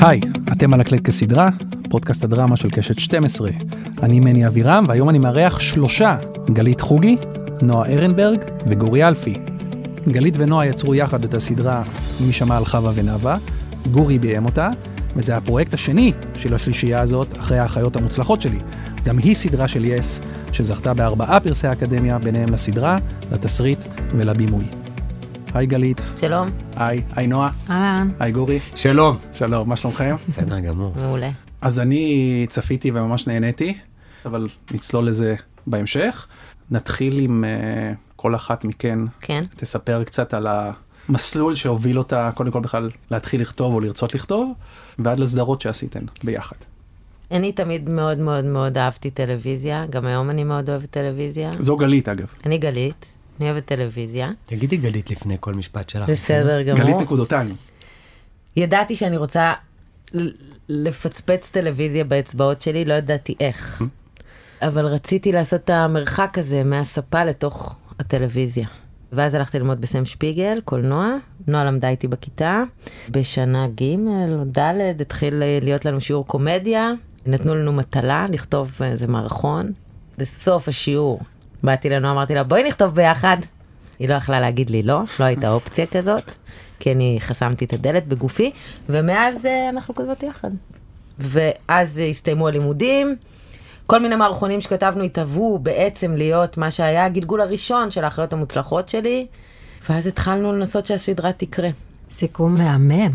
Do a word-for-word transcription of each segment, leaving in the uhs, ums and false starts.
היי, אתם על הקלט כסדרה, פודקאסט הדרמה של קשת שתים עשרה. אני מני אבירם, והיום אני מארח שלושה, גלית חוגי, נועה ארנברג וגורי אלפי. גלית ונועה יצרו יחד את הסדרה מי שמע על חווה ונאווה, גורי ביים אותה, וזה הפרויקט השני של השלישייה הזאת אחרי האחיות המוצלחות שלי. גם היא סדרה של יס, שזכתה בארבעה פרסי האקדמיה, ביניהם לסדרה, לתסריט ולבימוי. היי גלית. שלום. היי, היי נועה. אהלן. היי גורי. שלום. שלום, מה שלומכם? בסדר גמור. מעולה. אז אני צפיתי וממש נהניתי, אבל נצלול לזה בהמשך. נתחיל עם uh, כל אחת מכן. כן. תספר קצת על המסלול שהוביל אותה, קודם כל בכלל להתחיל לכתוב או לרצות לכתוב, ועד לסדרות שעשיתן ביחד. אני תמיד מאוד מאוד מאוד אהבתי טלוויזיה, גם היום אני מאוד אוהבת טלוויזיה. זו גלית אגב. אני גלית, אני אוהבת טלוויזיה. תגידי גלית לפני כל משפט שלך. בסדר גמור. גלית נקודותיים. ידעתי שאני רוצה לפצפץ טלוויזיה באצבעות שלי, לא ידעתי איך. אבל רציתי לעשות את המרחק הזה מהספה לתוך הטלוויזיה. ואז הלכתי ללמוד בסם שפיגל, קולנוע. נועה למדה איתי בכיתה. בשנה ג' או ד' התחיל להיות לנו שיעור קומדיה. נתנו לנו מטלה לכתוב איזה מערכון. בסוף השיעור באתי לנועה, אמרתי לה, בואי נכתוב ביחד. היא לא יכלה להגיד לי לא, לא הייתה אופציה כזאת, כי אני חסמתי את הדלת בגופי, ומאז אנחנו כותבות יחד. ואז הסתיימו הלימודים, כל מיני מערכונים שכתבנו התהוו בעצם להיות מה שהיה הגלגול הראשון של האחיות המוצלחות שלי, ואז התחלנו לנסות שהסדרה תקרה. סיכום מהמם.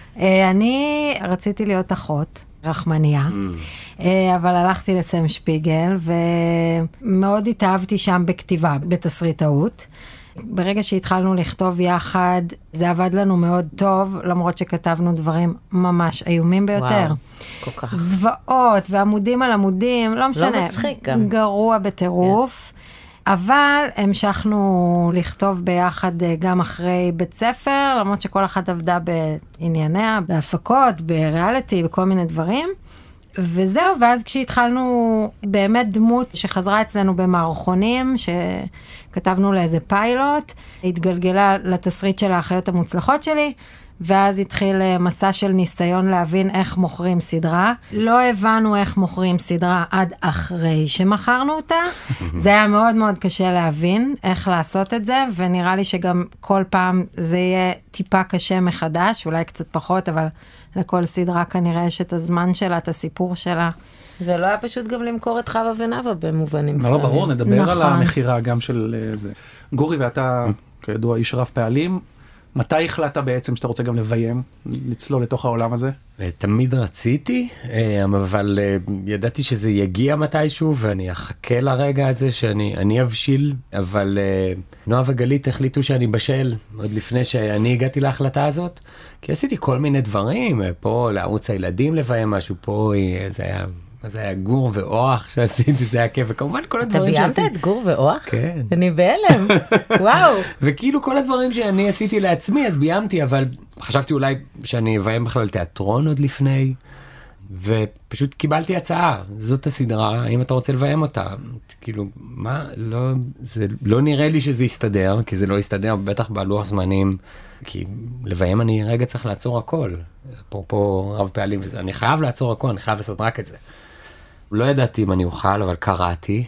אני רציתי להיות אחות, רחמניה, אבל הלכתי לסם שפיגל, ומאוד התאהבתי שם בכתיבה, בתסריטאות. ברגע שהתחלנו לכתוב יחד, זה עבד לנו מאוד טוב, למרות שכתבנו דברים ממש איומים ביותר. וואו, כל כך. זוועות ועמודים על עמודים, לא משנה. לא מצחיק גם. גרוע בטירוף. Yeah. אבל המשכנו לכתוב ביחד גם אחרי בית ספר, למרות שכל אחת עבדה בענייניה, בהפקות, בריאליטי, בכל מיני דברים. וזהו, ואז כשהתחלנו באמת דמות שחזרה אצלנו במערכונים, שכתבנו לאיזה פיילוט, התגלגלה לתסריט של האחיות המוצלחות שלי, ואז התחיל מסע של ניסיון להבין איך מוכרים סדרה. לא הבנו איך מוכרים סדרה עד אחרי שמכרנו אותה. זה היה מאוד מאוד קשה להבין איך לעשות את זה, ונראה לי שגם כל פעם זה יהיה טיפה קשה מחדש, אולי קצת פחות, אבל לכל סדרה כנראה יש את הזמן שלה, את הסיפור שלה. זה לא היה פשוט גם למכור את חווה ונאווה במובנים. לא, ברור, נדבר נכון. על המחירה גם של זה. גורי ואתה, כידוע, איש רב פעלים, מתי החלטת בעצם שאתה רוצה גם לביים, לצלול לתוך העולם הזה? תמיד רציתי, אבל ידעתי שזה יגיע מתישהו, ואני אחכה לרגע הזה שאני אני אבשיל, אבל נועה וגלית החליטו שאני בשל, עוד לפני שאני הגעתי להחלטה הזאת, כי עשיתי כל מיני דברים, פה לערוץ הילדים לביים משהו, פה זה היה... זה היה גור ואוח שעשיתי, זה היה כיף, וכמובן כל הדברים שעשיתי... אתה ביימת את גור ואוח? כן. אני בהלם, וואו. וכאילו כל הדברים שאני עשיתי לעצמי, אז ביימתי, אבל חשבתי אולי שאני אביים בכלל תיאטרון עוד לפני, ופשוט קיבלתי הצעה, זאת הסדרה, האם אתה רוצה לביים אותה? כאילו, מה? לא, זה לא נראה לי שזה יסתדר, כי זה לא יסתדר, בטח בלוח זמנים, כי לביים אני רגע צריך לעצור הכל, אפרופו רב פעלים וזה, אני חייב לעצור הכל, אני חייב לעשות רק את זה. לא ידעתי אם אני אוכל, אבל קראתי,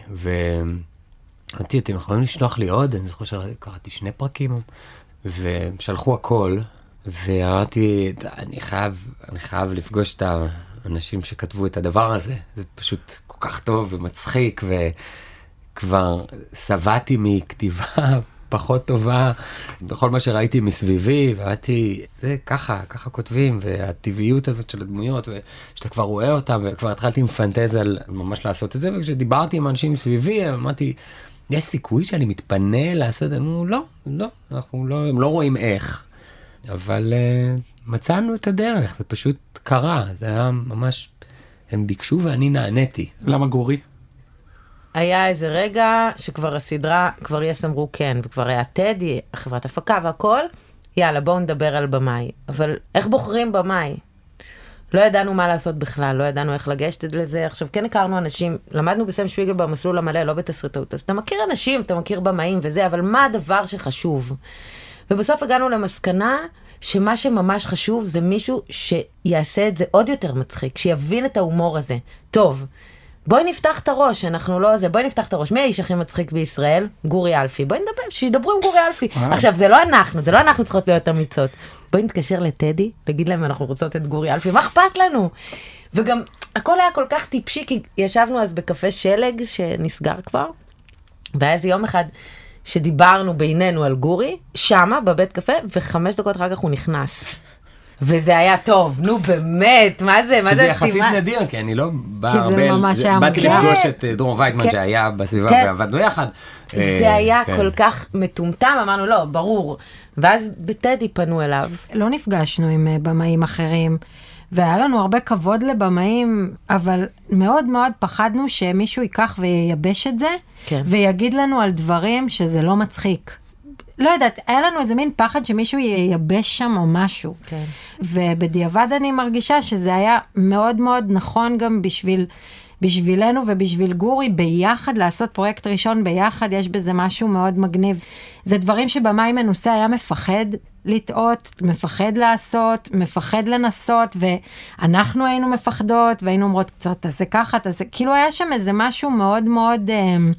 ואמרתי, אתם יכולים לשלוח לי עוד? אני זוכר שקראתי שני פרקים, ושלחו הכל, ואמרתי, אני חייב, אני חייב לפגוש את האנשים שכתבו את הדבר הזה. זה פשוט כל כך טוב ומצחיק, וכבר סבעתי מכתיבה פחות טובה, בכל מה שראיתי מסביבי, ואמרתי, זה ככה, ככה כותבים, והטבעיות הזאת של הדמויות, ושאתה כבר רואה אותם, וכבר התחלתי עם פנטזיה ממש לעשות את זה, וכשדיברתי עם אנשים מסביבי, אמרתי, יש סיכוי שאני מתפנה לעשות את זה? אמרו, לא, לא, אנחנו לא, הם לא רואים איך, אבל uh, מצאנו את הדרך, זה פשוט קרה, זה היה ממש, הם ביקשו ואני נעניתי. למה גורי? היה איזה רגע שכבר הסדרה, כבר יש אמרו כן, וכבר היה טדי, חברת הפקה והכל, יאללה, בואו נדבר על במאי. אבל איך בוחרים במאי? לא ידענו מה לעשות בכלל, לא ידענו איך לגשת לזה. עכשיו, כן הכרנו אנשים, למדנו בסם שפיגל במסלול המלא, לא בתסריטאות. אז אתה מכיר אנשים, אתה מכיר במאים וזה, אבל מה הדבר שחשוב? ובסוף הגענו למסקנה שמה שממש חשוב זה מישהו שיעשה את זה עוד יותר מצחיק, שיבין את ההומור הזה. טוב, בואי נפתח את הראש, אנחנו לא זה, בואי נפתח את הראש. מי האיש הכי מצחיק בישראל? גורי אלפי. בואי נדבר, שידברו עם גורי אלפי. עכשיו, זה לא אנחנו, זה לא אנחנו צריכות להיות אמיצות. בואי נתקשר לטדי, נגיד להם אנחנו רוצות את גורי אלפי, מה אכפת לנו? וגם, הכל היה כל כך טיפשי, כי ישבנו אז בקפה שלג שנסגר כבר, והיה איזה יום אחד שדיברנו בינינו על גורי, שמה בבית קפה, וחמש דקות אחר כך הוא נכנס. וזה היה טוב, נו באמת, מה זה, מה זה הסיבה? שזה יחסית נדיר, כי אני לא בא הרבה, באתי מוגע. לפגוש את דרור וייטמן כן. שהיה בסביבה כן. ועבדנו יחד. זה היה כן. כל כך מטומטם, אמרנו לא, ברור. ואז בטדי פנו אליו. לא נפגשנו עם במאים אחרים, והיה לנו הרבה כבוד לבמאים, אבל מאוד מאוד פחדנו שמישהו ייקח וייבש את זה, כן. ויגיד לנו על דברים שזה לא מצחיק. לא יודעת, היה לנו איזה מין פחד שמישהו ייבש שם או משהו. כן. ובדיעבד אני מרגישה שזה היה מאוד מאוד נכון גם בשביל, בשבילנו ובשביל גורי, ביחד לעשות פרויקט ראשון ביחד, יש בזה משהו מאוד מגניב. זה דברים שבמאי מנוסה היה מפחד לטעות, מפחד לעשות, מפחד לנסות, ואנחנו היינו מפחדות, והיינו אומרות, קצת תעשה ככה, תעשה, כאילו היה שם איזה משהו מאוד מאוד...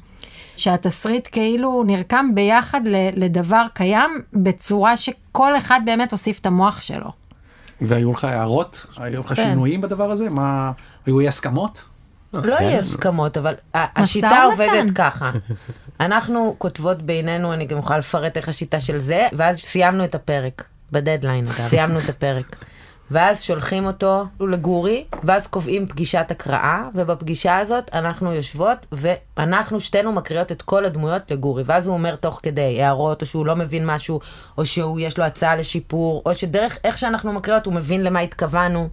שהתסריט כאילו נרקם ביחד לדבר קיים, בצורה שכל אחד באמת הוסיף את המוח שלו. והיו לך הערות? היו לך שינויים בדבר הזה? מה, היו אי הסכמות? לא אי הסכמות, אבל השיטה עובדת ככה. אנחנו כותבות בינינו, אני גם יכולה לפרט איך השיטה של זה, ואז סיימנו את הפרק, בדדליין אגב, סיימנו את הפרק. ואז שולחים אותו לגורי, ואז קובעים פגישת הקראה, ובפגישה הזאת אנחנו יושבות, ואנחנו שתינו מקריאות את כל הדמויות לגורי, ואז הוא אומר תוך כדי הערות, או שהוא לא מבין משהו, או שהוא יש לו הצעה לשיפור, או שדרך איך שאנחנו מקריאות הוא מבין למה התכוונו.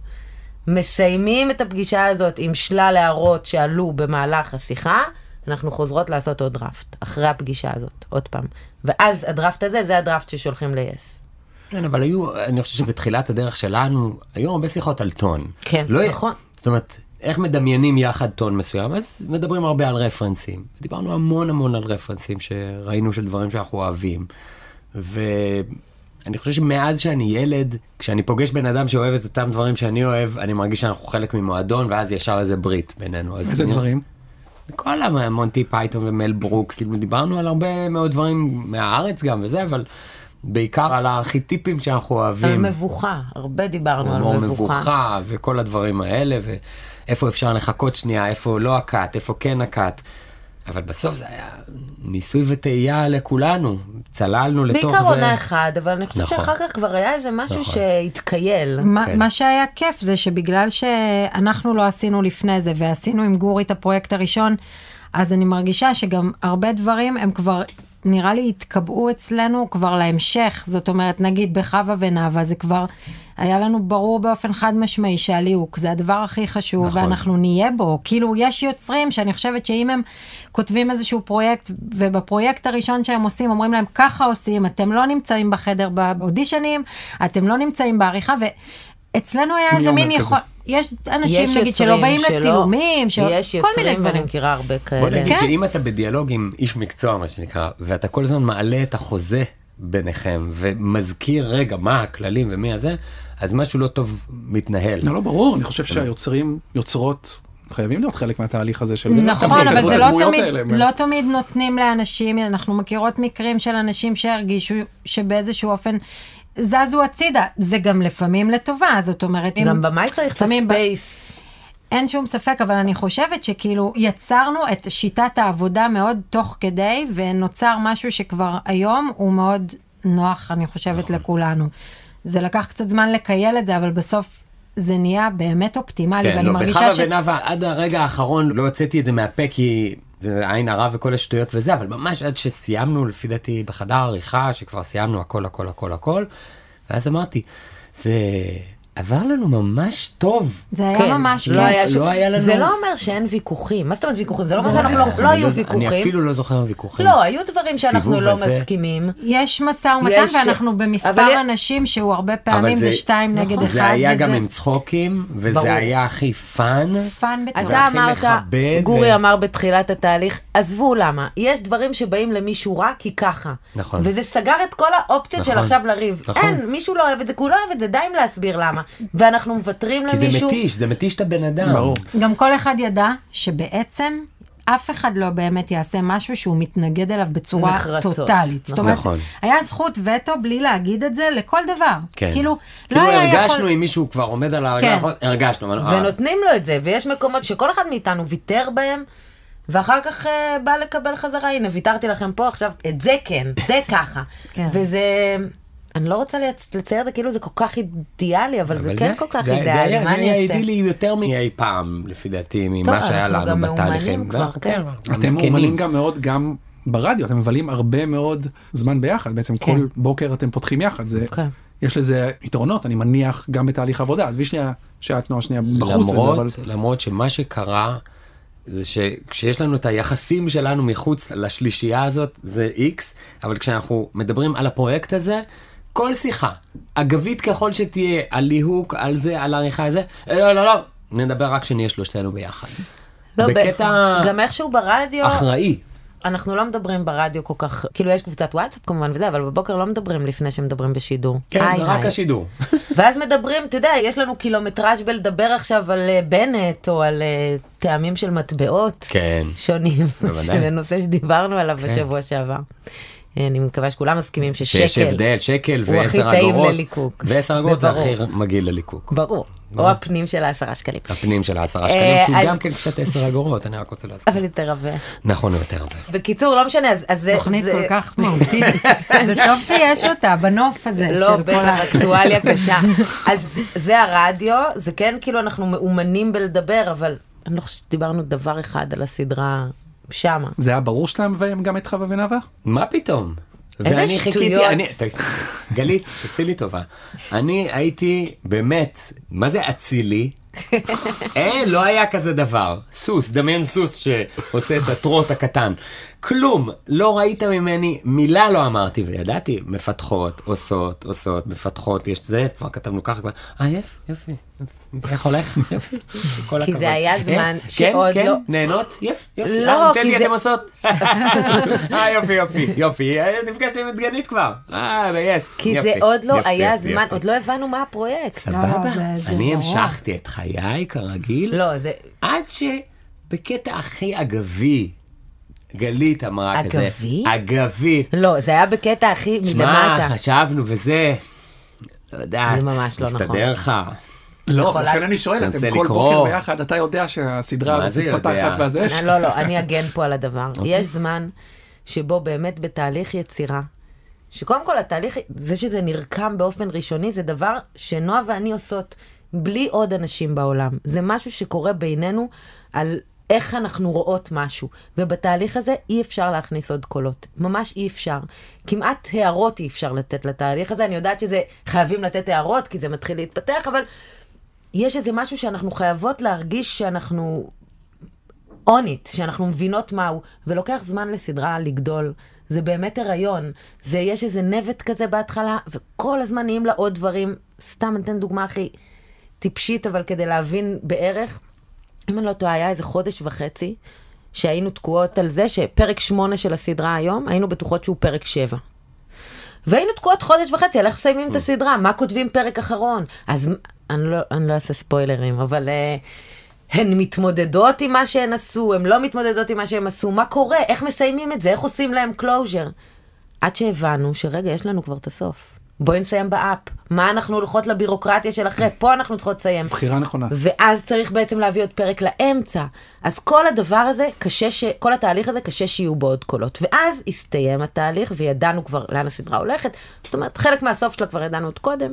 מסיימים את הפגישה הזאת עם שלל הערות שעלו במהלך השיחה, אנחנו חוזרות לעשות עוד דראפט, אחרי הפגישה הזאת, עוד פעם. ואז הדראפט הזה, זה הדראפט ששולחים ל-yes. כן, אבל היו, אני חושב שבתחילת הדרך שלנו, היו הרבה שיחות על טון. כן, לא, נכון. זאת אומרת, איך מדמיינים יחד טון מסוים, אז מדברים הרבה על רפרנסים. דיברנו המון המון על רפרנסים שראינו של דברים שאנחנו אוהבים. ואני חושב שמאז שאני ילד, כשאני פוגש בן אדם שאוהב את אותם דברים שאני אוהב, אני מרגיש שאנחנו חלק ממועדון, ואז ישר איזה ברית בינינו. איזה אני... דברים? כל המונטי פייתון ומל ברוקס, דיברנו על הרבה מאוד דברים מהארץ גם וזה, אבל... בעיקר על הארכיטיפים שאנחנו אוהבים. על מבוכה, הרבה דיברנו על מבוכה. מבוכה וכל הדברים האלה, ואיפה אפשר לחכות שנייה, איפה לא הקט, איפה כן הקט. אבל בסוף זה היה ניסוי וטעייה לכולנו, צללנו לתוך זה. בעיקר עונה אחד, אבל אני חושבת שאחר כך כבר היה איזה משהו שהתקייל. מה שהיה כיף זה שבגלל שאנחנו לא עשינו לפני זה, ועשינו עם גורי את הפרויקט הראשון, אז אני מרגישה שגם הרבה דברים הם כבר... נראה לי התקבעו אצלנו כבר להמשך, זאת אומרת, נגיד בחווה ונאווה, זה כבר היה לנו ברור באופן חד משמעי שהליהוק, זה הדבר הכי חשוב, נכון. ואנחנו נהיה בו, כאילו יש יוצרים שאני חושבת שאם הם כותבים איזשהו פרויקט, ובפרויקט הראשון שהם עושים, אומרים להם ככה עושים, אתם לא נמצאים בחדר באודישנים, אתם לא נמצאים בעריכה, ואצלנו היה איזה מין יכול... יש אנשים יש נגיד שלא באים שלא, לצילומים, של... יש יוצרים ואני מכירה הרבה כאלה. בוא נגיד כן? שאם אתה בדיאלוג עם איש מקצוע, מה שנקרא, ואתה כל הזמן מעלה את החוזה ביניכם, ומזכיר רגע מה הכללים ומי הזה, אז משהו לא טוב מתנהל. לא, לא ברור, אני חושב שהיוצרים, יוצרות, חייבים להיות חלק מהתהליך הזה של... נכון, אבל זה לא תמיד, לא תמיד נותנים לאנשים, אנחנו מכירות מקרים של אנשים שהרגישו שבאיזשהו אופן... זזו הצידה, זה גם לפעמים לטובה, זאת אומרת... גם במאי צריך את הספייס. אין שום ספק, אבל אני חושבת שכאילו יצרנו את שיטת העבודה מאוד תוך כדי, ונוצר משהו שכבר היום הוא מאוד נוח, אני חושבת, לכולנו. זה לקח קצת זמן לקייל את זה, אבל בסוף זה נהיה באמת אופטימלי, ואני מרגישה ש... בחווה ונאווה, עד הרגע האחרון לא הוצאתי את זה מהפה, כי... עין הרע וכל השטויות וזה, אבל ממש עד שסיימנו, לפי דעתי, בחדר העריכה, שכבר סיימנו הכל, הכל, הכל, הכל, ואז אמרתי, זה עבר לנו ממש טוב. זה היה כן, ממש לא היה כיף. שום- לא היה לנו- זה לא אומר שאין ויכוחים. מה זאת אומרת ויכוחים? זה לא אומר שאנחנו לא- לא היו אני ויכוחים. אפילו לא זוכר ויכוחים. לא, היו דברים שאנחנו סיבוב לא הזה. מסכימים. יש משא ומתן, יש- ואנחנו אבל במספר י- אנשים שהוא הרבה אבל פעמים זה שתיים נכון. נגד אחד. זה היה וזה גם עם צחוקים, ברור. וזה היה הכי פאן. פאן בטוח. אתה והכי אמרת, מכבד גורי ו- אמר בתחילת התהליך, עזבו למה, יש דברים שבאים למישהו רע כי ככה. נכון. וזה סגר את כל האופציות של נכון. עכשיו לריב. נכון. אין, מישהו לא אוהב את זה, כי הוא לא אוהב את זה, די אם להסביר למה. ואנחנו מוותרים כי זה למישהו. מתיש, זה מתיש את הבן אדם. ברור. גם כל אחד ידע שבעצם אף אחד לא באמת יעשה משהו שהוא מתנגד אליו בצורה נחרצות. טוטלית. זאת אומרת, נכון. היה זכות וטו בלי להגיד את זה לכל דבר. כן. כאילו, כאילו לא היה הרגשנו יכול... אם מישהו כבר עומד על הרגע, כן. האחרון, הרגשנו. אבל, אה, ונותנים לו את זה, ויש מקומות שכל אחד מאיתנו ויתר בהם, ואחר כך uh, בא לקבל חזרה, הנה, ויתרתי לכם פה, עכשיו, את זה כן, זה ככה. כן. וזה, אני לא רוצה לצ- לצייר את זה כאילו זה כל כך אידיאלי, אבל, זה אבל כן כל כך זה- זה אידיאלי, היה- מה זה אני היה אעשה? אידילי יותר מאי פעם, לפי דעתי, טוב, ממה שהיה אנחנו גם לנו בתהליכים. מאומנים כבר, ואנחנו- כן. אנחנו אתם מסכנים. מאומנים גם מאוד גם ברדיו, אתם מבלים הרבה מאוד זמן ביחד, בעצם כן. כל בוקר אתם פותחים יחד, זה, כן. יש לזה יתרונות, אני מניח גם בתהליך עבודה, עזבי שנייה, שאת נועה שנייה בחוץ לזה, למרות, אבל למרות שמה שקרה, זה שכשיש לנו את היחסים שלנו מחוץ לשלישייה הזאת, זה איקס, אבל כשאנחנו מדברים על הפרויקט הזה, כל שיחה, אגבית ככל שתהיה, על ליהוק, על זה, על העריכה הזה, לא, לא, לא, נדבר רק שנהיה שלושתנו ביחד. לא, ב- בקטע גם איכשהו ברדיו, אחראי. אנחנו לא מדברים ברדיו כל כך, כאילו יש קבוצת וואטסאפ כמובן וזה, אבל בבוקר לא מדברים לפני שמדברים בשידור. כן, היי, זה רק היי. השידור. ואז מדברים, אתה יודע, יש לנו קילומטראז' בלדבר עכשיו על אה, בנט, או על אה, טעמים של מטבעות כן. שונים, בוודאי. שזה נושא שדיברנו עליו כן. בשבוע שעבר. אה, אני מקווה שכולם מסכימים שיש ששקל, הבדל, שקל הוא הכי ועשר טעים אגורות. לליקוק. ועשר אגורות זה זה ברור. הכי מגעיל לליקוק. ברור, או הפנים של העשרה שקלים. הפנים של העשרה אה, שקלים, שהוא אז- גם כן קצת עשר אגורות, אני רק רוצה להזכיר. אבל יותר עבה. נכון, יותר הרבה. בקיצור, לא משנה, אז- אז זה... תוכנית זה- כל כך מהותית. זה טוב שיש אותה בנוף הזה לא, של כל בטח, ה... אקטואליה קשה. אז זה הרדיו, זה כן כאילו אנחנו מאומנים בלדבר, אבל אני לא חושבת שדיברנו דבר אחד על הסדרה שמה. זה היה ברור שאתה מביים גם את חווה ונאווה? מה פתאום? איזה ואני חיכיתי, שטויות. אני, ת- גלית, תעשי לי טובה. אני הייתי באמת, מה זה אצילי? אין, לא היה כזה דבר. סוס, דמיין סוס שעושה את הטרוט הקטן. כלום, לא ראית ממני, מילה לא אמרתי, וידעתי, מפתחות, עושות, עושות, מפתחות, יש זה, כבר כתבנו ככה, כבר, אה, יפי, יפי, יפי, איך הולך? יפי, כל כי הכבוד. זה היה איך? זמן כן, שעוד כן, לא- נהנות? יפי, יפי, לא, אה, תן כי לי, זה- אתם עושות. אה, יופי, יופי, יופי, אה, נפגשתם עם דגנית כבר. אה, ויס, כי יפי, זה עוד לא יפי, היה יפי, זמן, יפי. עוד לא הבנו מה הפרויקט. סבבה, לא, זה- זה אני ברור. המשכתי את חיי כרגיל, לא, זה... עד שבקטע הכי אגבי, גלית אמרה כזה, אגבי? אגבי, לא, זה היה בקטע הכי שמע, מלמטה. חשבנו וזה, לא יודעת, זה ממש לא נכון. מסתדר לך, לא, יכולה- לכן אני שואל, תנסה אתם כל לקרוא. בוקר ביחד, אתה יודע שהסדרה מה הזאת זה יודע? מתפתחת והזה, אה, לא, לא, אני אגן פה על הדבר. יש זמן שבו באמת בתהליך יצירה, שקודם כל התהליך, זה שזה נרקם באופן ראשוני, זה דבר שנועה ואני עושות בלי עוד אנשים בעולם. זה משהו שקורה בינינו על איך אנחנו רואות משהו. ובתהליך הזה אי אפשר להכניס עוד קולות. ממש אי אפשר. כמעט הערות אי אפשר לתת לתהליך הזה. אני יודעת שזה חייבים לתת הערות, כי זה מתחיל להתפתח, אבל יש איזה משהו שאנחנו חייבות להרגיש שאנחנו on it, שאנחנו מבינות מהו, ולוקח זמן לסדרה לגדול. זה באמת הריון. זה, יש איזה נבט כזה בהתחלה, וכל הזמן נהיים לה עוד דברים. סתם נתן דוגמה הכי טיפשית, אבל כדי להבין בערך, אם אני לא טועה, היה איזה חודש וחצי, שהיינו תקועות על זה, שפרק שמונה של הסדרה היום, היינו בטוחות שהוא פרק שבע. והיינו תקועות חודש וחצי, על איך מסיימים את הסדרה, מה כותבים פרק אחרון. אז אני לא, אני לא אעשה ספוילרים, אבל uh, הן מתמודדות עם מה שהן עשו, הן לא מתמודדות עם מה שהן עשו, מה קורה, איך מסיימים את זה, איך עושים להם קלוז'ר. עד שהבנו שרגע, יש לנו כבר את הסוף. בואי נסיים באפ. מה אנחנו הולכות לבירוקרטיה של אחרי? פה אנחנו צריכות לסיים. בחירה נכונה. ואז צריך בעצם להביא עוד פרק לאמצע. אז כל הדבר הזה, קשה ש... כל התהליך הזה, קשה שיהיו בו עוד קולות. ואז הסתיים התהליך, וידענו כבר לאן הסדרה הולכת. זאת אומרת, חלק מהסוף שלה כבר ידענו עוד קודם.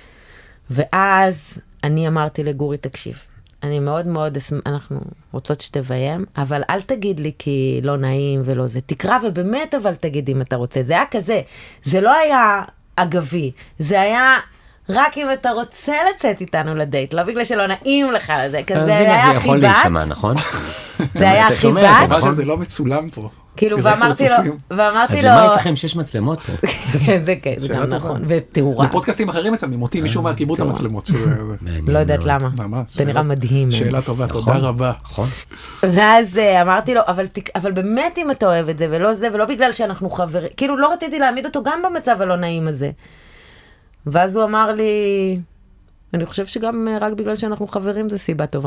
ואז אני אמרתי לגורי, תקשיב, אני מאוד מאוד, אנחנו רוצות שתביים, אבל אל תגיד לי כי לא נעים ולא זה. תקרא ובאמת אבל תגיד אם אתה רוצה. זה היה כזה. זה לא היה אגבי. זה היה רק אם אתה רוצה לצאת איתנו לדייט, לא בגלל שלא נעים לך לזה, כזה זה היה הכי יכול בת. להישמע, נכון? זה היה הכי שומע, בת. חבל שזה לא מצולם פה. כאילו, ואמרתי לו, ואמרתי אז לו... למה יש לכם שש מצלמות פה? כן, זה כן, זה גם נכון, ותאורה. בפודקאסטים אחרים מצלמים אותי, מישהו אומר קיבלו את המצלמות. לא יודעת למה. ממש. זה נראה מדהים. שאלה טובה, תודה רבה. נכון. ואז אמרתי לו, אבל באמת אם אתה אוהב את זה, ולא זה, ולא בגלל שאנחנו חברים, כאילו לא רציתי להעמיד אותו גם במצב הלא נעים הזה. ואז הוא אמר לי, אני חושב שגם רק בגלל שאנחנו חברים זה סיבה טובה.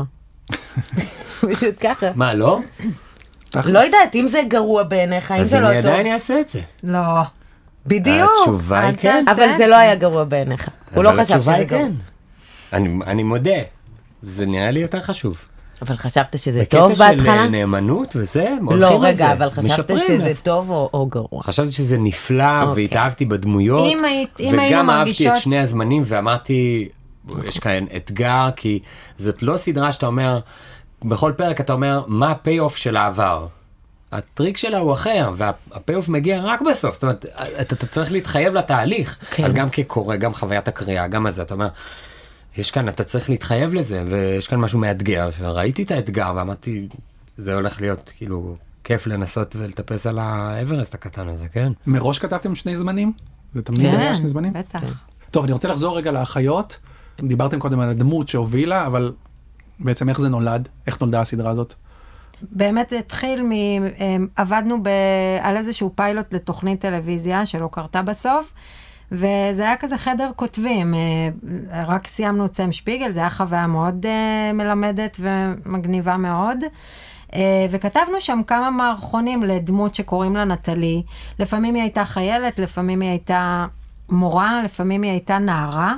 פשוט ככה. מה, לא? לא יודעת, אם זה גרוע בעיניך, אם זה לא טוב. אז אני עדיין אעשה את זה. לא. בדיוק. התשובה היא כן. אבל זה לא היה גרוע בעיניך. הוא לא חשב שזה גרוע. אני מודה, זה נראה לי יותר חשוב. אבל חשבת שזה טוב בקטע בהתחלה? של נאמנות וזה, הולכים לא, על זה. רגע, אבל חשבת משפרים שזה אז. טוב או, או גרוע? חשבתי שזה נפלא, והתאהבתי בדמויות, אם היית- אם היינו וגם אהבתי מרגישות- את שני הזמנים, ואמרתי, יש כאן אתגר, כי זאת לא סדרה שאתה אומר, בכל פרק אתה אומר, מה הפי-אוף של העבר? הטריק שלה הוא אחר, והפי-אוף מגיע רק בסוף, זאת אומרת, אתה, אתה צריך להתחייב לתהליך, כן. אז גם כקורא, גם חוויית הקריאה, גם הזה, אתה אומר, יש כאן, אתה צריך להתחייב לזה, ויש כאן משהו מאתגר, וראיתי את האתגר, ואמרתי, זה הולך להיות, כאילו, כיף לנסות ולטפס על האברסט הקטן הזה, כן? מראש כתבתם שני זמנים? זה תמיד היה שני זמנים? בטח. טוב, אני רוצה לחזור רגע לאחיות. דיברתם קודם על הדמות שהובילה, אבל בעצם איך זה נולד? איך נולדה הסדרה הזאת? באמת זה התחיל מ... עבדנו ב... על איזשהו פיילוט לתוכנית טלוויזיה שלא קרתה בסוף, וזה היה כזה חדר כותבים, רק סיימנו את סם שפיגל, זה היה חוויה מאוד מלמדת ומגניבה מאוד, וכתבנו שם כמה מערכונים לדמות שקוראים לה נטלי, לפעמים היא הייתה חיילת, לפעמים היא הייתה מורה, לפעמים היא הייתה נערה,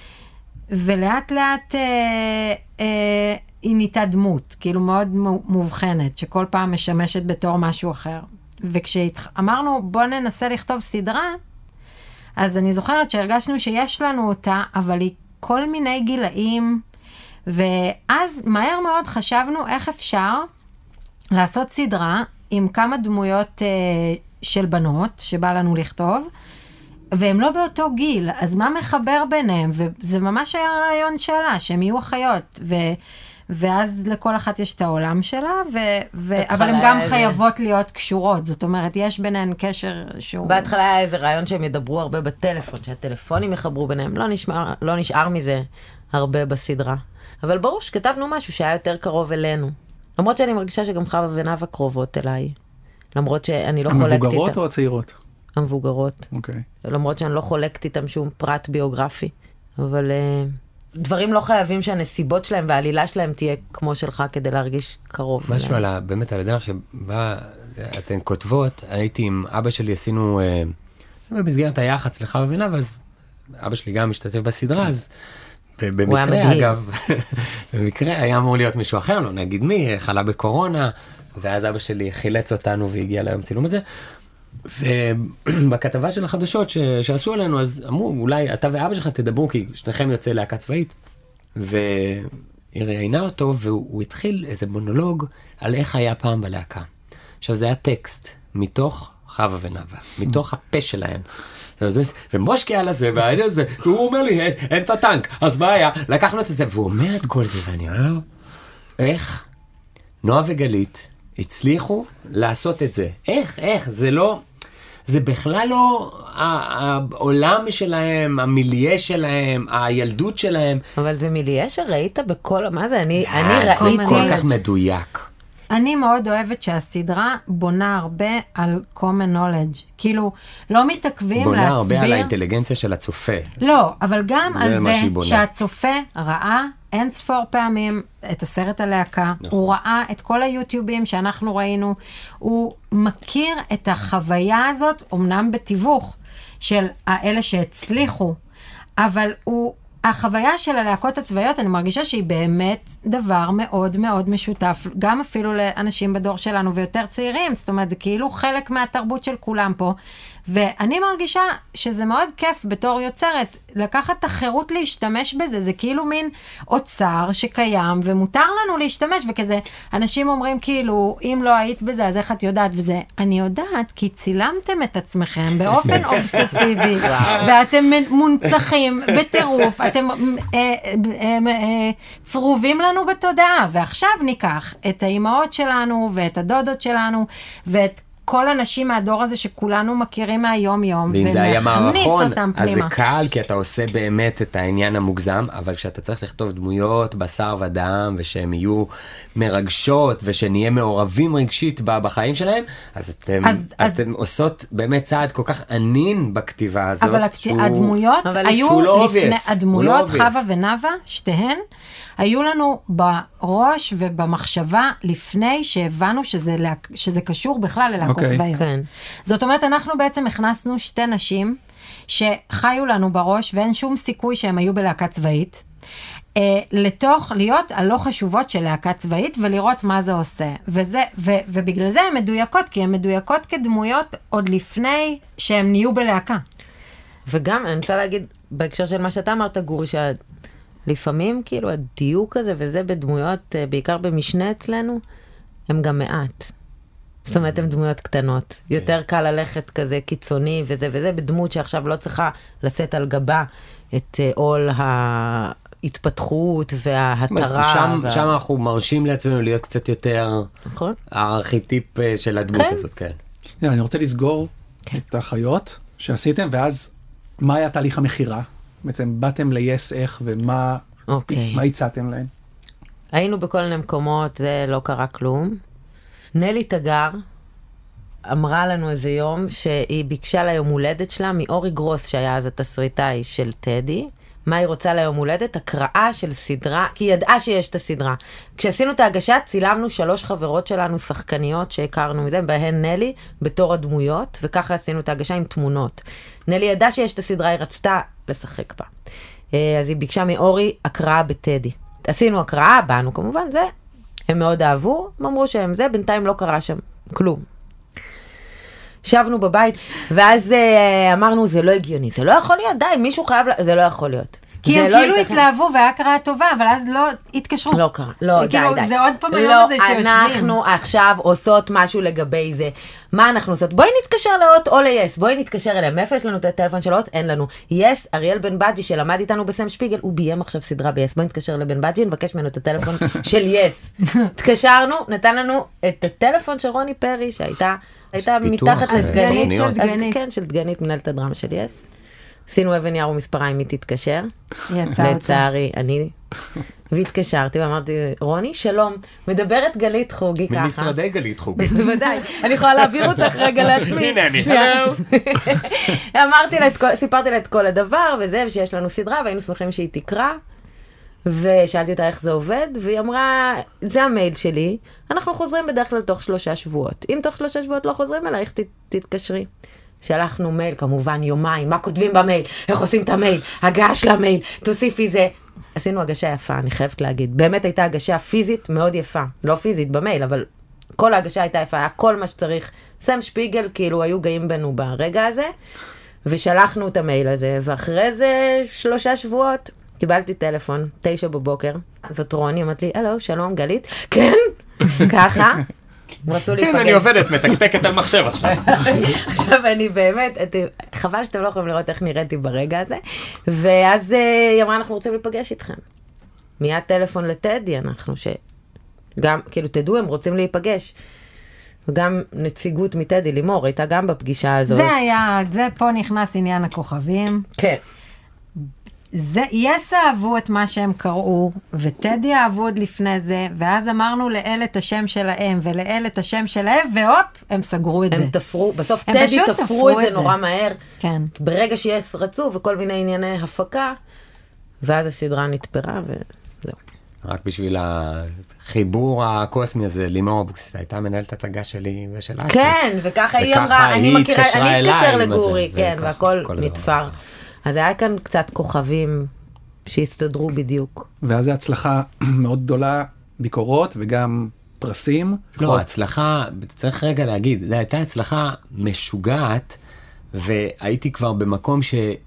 ולאט לאט אה, אה, היא ניתה דמות, כאילו מאוד מובחנת, שכל פעם משמשת בתור משהו אחר. וכשאמרנו בוא ננסה לכתוב סדרה, אז אני זוכרת שהרגשנו שיש לנו אותה, אבל היא כל מיני גילאים, ואז מהר מאוד חשבנו איך אפשר לעשות סדרה עם כמה דמויות אה, של בנות שבא לנו לכתוב, והם לא באותו גיל, אז מה מחבר ביניהם? וזה ממש היה רעיון שלה, שהם יהיו אחיות, ו... ואז לכל אחת יש את העולם שלה, ו... ו... אבל הן גם איזה... חייבות להיות קשורות, זאת אומרת, יש ביניהן קשר שהוא... בהתחלה היה איזה רעיון שהם ידברו הרבה בטלפון, שהטלפונים יחברו ביניהם, לא נשמע, לא נשאר מזה הרבה בסדרה. אבל ברור שכתבנו משהו שהיה יותר קרוב אלינו. למרות שאני מרגישה שגם חווה ונאווה קרובות אליי. למרות שאני לא חולקת איתה. המבוגרות או הצעירות? המבוגרות. אוקיי. למרות שאני לא חולקת איתם שום פרט ביוגרפי. אבל uh, דברים לא חייבים שהנסיבות שלהם והעלילה שלהם תהיה כמו שלך כדי להרגיש קרוב. משהו אליהם. על ה... באמת על הדרך שבה אתן כותבות, הייתי עם אבא שלי, עשינו uh, במסגרת היח"צ לחווה ונאווה, אז אבא שלי גם משתתף בסדרה, אז במקרה אגב, במקרה היה אמור להיות מישהו אחר, לא נגיד מי, חלה בקורונה, ואז אבא שלי חילץ אותנו והגיע ליום צילום הזה. ובכתבה של החדשות ש... שעשו עלינו, אז אמרו, אולי אתה ואבא שלך תדברו, כי שניכם יוצא להקה צבאית. והיא ראיינה אותו, והוא התחיל איזה מונולוג על איך היה פעם בלהקה. עכשיו, זה היה טקסט מתוך חווה ונאווה, מתוך הפה שלהן. ומושקי על הזה, והעניין הזה, והוא אומר לי, אין את הטנק, אז מה היה? לקחנו את זה, והוא אומר את כל זה, ואני אומר, איך נועה וגלית הצליחו לעשות את זה? איך, איך? זה לא, זה בכלל לא העולם שלהם, המיליה שלהם, הילדות שלהם. אבל זה מיליה שראית בכל, מה זה? אני, אני ראיתי. ראיתי. כל כך מדויק. אני מאוד אוהבת שהסדרה בונה הרבה על common knowledge. כאילו, לא מתעכבים בונה להסביר... הרבה על האינטליגנציה של הצופה. לא, אבל גם על מה זה שהיא בונה. שהצופה ראה אין ספור פעמים את הסרט הלהקה, הוא ראה את כל היוטיובים שאנחנו ראינו, הוא מכיר את החוויה הזאת, אמנם בתיווך של האלה שהצליחו, אבל הוא... החוויה של הלהקות הצבאיות, אני מרגישה שהיא באמת דבר מאוד מאוד משותף, גם אפילו לאנשים בדור שלנו ויותר צעירים, זאת אומרת, זה כאילו חלק מהתרבות של כולם פה, ואני מרגישה שזה מאוד כיף בתור יוצרת, לקחת את החירות להשתמש בזה, זה כאילו מין אוצר שקיים, ומותר לנו להשתמש, וכזה, אנשים אומרים כאילו, אם לא היית בזה, אז איך את יודעת? וזה, אני יודעת, כי צילמתם את עצמכם באופן אובססיבי, ואתם מונצחים בטירוף, אתם אה, אה, אה, צרובים לנו בתודעה, ועכשיו ניקח את האימהות שלנו, ואת הדודות שלנו, ואת כל אנשים מהדור הזה שכולנו מכירים מהיום יום, ואם זה היה מערכון, אותם אז זה פנימה. קל, כי אתה עושה באמת את העניין המוגזם, אבל כשאתה צריך לכתוב דמויות, בשר ודם, ושהם יהיו מרגשות, ושנהיה מעורבים רגשית בחיים שלהם, אז אתם, אז- אתם עושות באמת צעד כל כך ענין בכתיבה הזאת, אבל הכת- שהוא- הדמויות אבל היו שהוא לא לפני, obvious, הדמויות הוא לא obvious. חווה ונאווה, שתיהן, היו לנו בראש ובמחשבה לפני שהבנו שזה, להק- שזה קשור בכלל ללהקות אוקיי. צבאיות. כן. זאת אומרת, אנחנו בעצם הכנסנו שתי נשים שחיו לנו בראש, ואין שום סיכוי שהם היו בלהקה צבאית, אה, לתוך להיות הלא חשובות של להקה צבאית, ולראות מה זה עושה. וזה, ו, ובגלל זה הן מדויקות, כי הן מדויקות כדמויות עוד לפני שהן נהיו בלהקה. וגם, אני רוצה להגיד, בהקשר של מה שאתה אמרת, גורי, שלפעמים, כאילו, הדיוק הזה וזה בדמויות, אה, בעיקר במשנה אצלנו, הם גם מעט. זאת אומרת, הן דמויות קטנות. יותר קל ללכת כזה קיצוני וזה וזה, בדמות שעכשיו לא צריכה לשאת על גבה את אה, עול ההתפתחות וההתרה. שם, וה- שם אנחנו מרשים לעצמנו להיות קצת יותר נכון? הארכיטיפ אה, של הדמות כן. הזאת, כן. שנייה, אני רוצה לסגור את החיות שעשיתם, ואז מה היה תהליך המחירה? בעצם באתם ל-yes איך, ומה אוקיי. מה הצעתם להם? היינו בכל מיני מקומות, זה לא קרה כלום. נלי תגר אמרה לנו איזה יום שהיא ביקשה ליום הולדת שלה מאורי גרוס, שהיה אז התסריטאי של טדי, מה היא רוצה ליום הולדת? הקראה של סדרה, כי היא ידעה שיש את הסדרה. כשעשינו את ההגשה, צילמנו שלוש חברות שלנו, שחקניות שהכרנו מזה, בהן נלי, בתור הדמויות, וככה עשינו את ההגשה עם תמונות. נלי ידעה שיש את הסדרה, היא רצתה לשחק בה. אה, אז היא ביקשה מאורי הקראה בטדי. עשינו הקראה, באנו כמובן, זה, הם מאוד אהבו, הם אמרו שהם זה, בינתיים לא קרה שם כלום. שבנו בבית, ואז אה, אמרנו, זה לא הגיוני, זה לא יכול להיות, די, מישהו חייב, לה... זה לא יכול להיות. כי זה הם לא כאילו ייתכן. התלהבו והיה קראה טובה, אבל אז לא התקשרו. לא קרה, לא, די, כאילו, די. זה עוד פעם היום לא, הזה שיושבים. אנחנו עכשיו עושות משהו לגבי זה. מה אנחנו עושות? בואי נתקשר לאות או ל-yes, בואי נתקשר אליהם. מאיפה יש לנו את הטלפון של אות? אין לנו. yes, אריאל בן בג'י שלמד איתנו בסם שפיגל, הוא ביים עכשיו סדרה ב-yes. בואי נתקשר לבן בג'י, נבקש ממנו את הטלפון של yes. התקשרנו, נתן לנו את הטלפון של רוני פרי, שהייתה הייתה פיתוח, מתחת אה, לסגנית. תוכניות. של אז דגנית. כן, של דגנית, מנהלת הדרמה של yes. עשינו אבן יער ומספריים, היא תתקשר. יצא אותה. לצערי, אני... והתקשרתי ואמרתי, רוני, שלום, מדברת גלית חוגי ככה. ממשרדי גלית חוגי. בוודאי, אני יכולה להעביר אותך רגע לעצמי. הנה אני, שנייה. הלו. אמרתי לה את כל, סיפרתי לה את כל הדבר וזה, ושיש לנו סדרה, והיינו שמחים שהיא תקרא, ושאלתי אותה איך זה עובד, והיא אמרה, זה המייל שלי, אנחנו חוזרים בדרך כלל תוך שלושה שבועות. אם תוך שלושה שבועות לא חוזרים אלייך, ת, תתקשרי. שלחנו מייל, כמובן יומיים, מה כותבים במייל, איך עושים את המייל, הגעה של המייל, תוסיפי זה. עשינו הגשה יפה, אני חייבת להגיד. באמת הייתה הגשה פיזית מאוד יפה. לא פיזית במייל, אבל כל ההגשה הייתה יפה, היה כל מה שצריך. סם שפיגל, כאילו, היו גאים בנו ברגע הזה, ושלחנו את המייל הזה, ואחרי זה שלושה שבועות, קיבלתי טלפון, תשע בבוקר, זאת רוני, אמרת לי, הלו, שלום, גלית, כן, ככה, רצו להיפגש. כן, אני עובדת, מתקתקת על מחשב עכשיו. עכשיו אני באמת, אתם, חבל שאתם לא יכולים לראות איך נראיתי ברגע הזה, ואז אה, היא אמרה, אנחנו רוצים להיפגש איתכם. מיד טלפון לטדי, אנחנו שגם, כאילו תדעו, הם רוצים להיפגש. וגם נציגות מטדי, לימור, הייתה גם בפגישה הזאת. זה היה, זה פה נכנס עניין הכוכבים. כן. זה, יס אהבו את מה שהם קראו, וטדי אהבו עוד לפני זה, ואז אמרנו לאל את השם שלהם, ולאל את השם שלהם, והופ, הם סגרו את זה. הם תפרו, בסוף הם טדי פשוט תפרו תפרו את זה את זה. נורא מהר. כן. ברגע שיש רצו וכל מיני ענייני הפקה, ואז הסדרה נתפרה וזהו. רק בשביל החיבור הקוסמי הזה, לימור אבוקסיס הייתה מנהלת הצגה שלי ושל אסי. כן, וככה היא וככה אמרה, היא אני מכירה, התקשרה אני אליי אתקשר עם לגורי, הזה, כן, וככה, והכל כל הדבר נתפר. ככה. אז היה כאן קצת כוכבים שהסתדרו בדיוק. ואז זו הצלחה מאוד גדולה, ביקורות וגם פרסים. לא, הצלחה, צריך רגע להגיד, זו הייתה הצלחה משוגעת, והייתי כבר במקום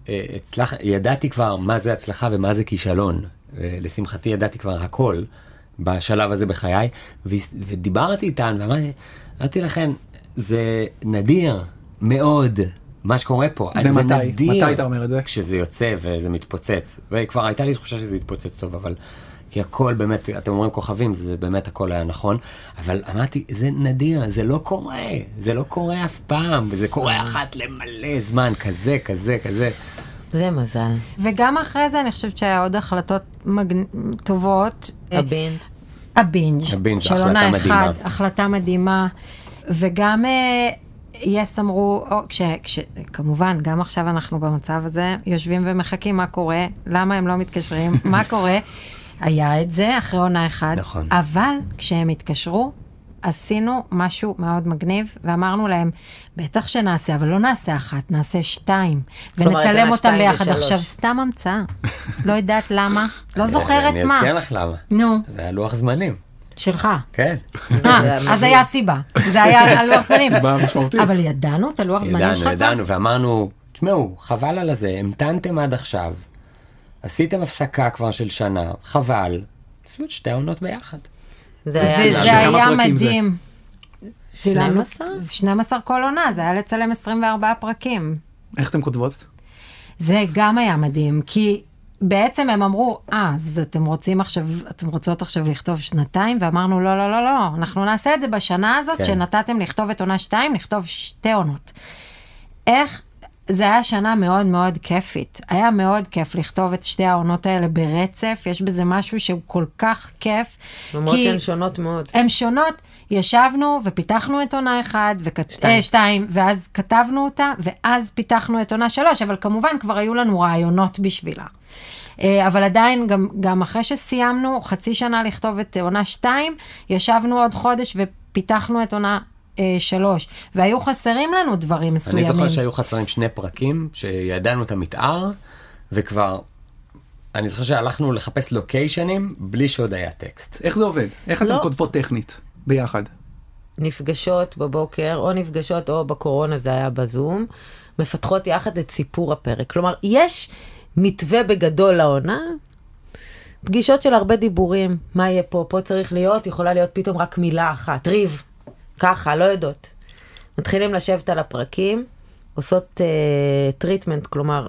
שידעתי כבר מה זה הצלחה ומה זה כישלון. לשמחתי ידעתי כבר הכל בשלב הזה בחיי, ודיברתי איתן ואמרתי, אמרתי לכם, זה נדיר מאוד מה שקורה פה. זה מתי? מתי אתה אומר את זה? כשזה יוצא וזה מתפוצץ. וכבר הייתה לי תחושה שזה יתפוצץ טוב, אבל כי הכל באמת, אתם אומרים כוכבים, זה באמת הכל היה נכון, אבל אמרתי, זה נדיר, זה לא קורה, זה לא קורה אף פעם, וזה קורה אחת למלא זמן, כזה, כזה, כזה. זה מזל. וגם אחרי זה אני חושבת שהיה עוד החלטות מגנ... טובות. הבינג'. הבינג'. הבינג', החלטה מדהימה. אחד, החלטה מדהימה. וגם יס אמרו, או, כש, כש, כמובן, גם עכשיו אנחנו במצב הזה, יושבים ומחכים מה קורה, למה הם לא מתקשרים, מה קורה. היה את זה אחרי עונה אחד. נכון. אבל כשהם התקשרו, עשינו משהו מאוד מגניב, ואמרנו להם, בטח שנעשה, אבל לא נעשה אחת, נעשה שתיים, ונצלם אותם ביחד. עכשיו סתם המצאה. לא יודעת למה, לא זוכרת מה. אני אזכיר לך למה. נו. זה היה לוח זמנים. שלך. כן. אז היה סיבה. זה היה על לוח זמנים. סיבה משמעותית. אבל ידענו את הלוח זמנים שלך? ידענו, ידענו, ואמרנו, תשמעו, חבל על הזה, המתנתם עד עכשיו, עשיתם הפסקה כבר של שנה, חבל, עשו את שתי העונות ביחד. זה היה מדהים. צילמנו שנים עשר כל עונה, זה היה לצלם עשרים וארבעה פרקים. איך אתם כותבות? זה גם היה מדהים, כי בעצם הם אמרו, אה, אז אתם רוצים עכשיו, אתם רוצות עכשיו לכתוב שנתיים, ואמרנו, לא, לא, לא, לא, אנחנו נעשה את זה בשנה הזאת, שנתתם לכתוב את עונה שתיים, לכתוב שתי עונות. איך? זה היה שנה מאוד מאוד כיפית. היה מאוד כיף לכתוב את שתי העונות האלה ברצף, יש בזה משהו שהוא כל כך כיף. למרות שהן שונות מאוד. הן שונות, ישבנו ופיתחנו את עונה אחד, וכת... אה, שתיים, ואז כתבנו אותה, ואז פיתחנו את עונה שלוש, אבל כמובן כבר היו לנו רעיונות בשבילה. אבל עדיין, גם, גם אחרי שסיימנו חצי שנה לכתוב את עונה שתיים, ישבנו עוד חודש ופיתחנו את עונה שלוש, והיו חסרים לנו דברים מסוימים. אני זוכר שהיו חסרים שני פרקים, שידענו את המתאר, וכבר, אני זוכר שהלכנו לחפש לוקיישנים, בלי שעוד היה טקסט. איך זה עובד? איך לא. אתם כותבות טכנית ביחד? נפגשות בבוקר, או נפגשות, או בקורונה, זה היה בזום, מפתחות יחד את סיפור הפרק. כלומר, יש מתווה בגדול לעונה, פגישות של הרבה דיבורים, מה יהיה פה, פה צריך להיות, יכולה להיות פתאום רק מילה אחת, ריב. ככה, לא יודעות. מתחילים לשבת על הפרקים, עושות טריטמנט, uh, כלומר,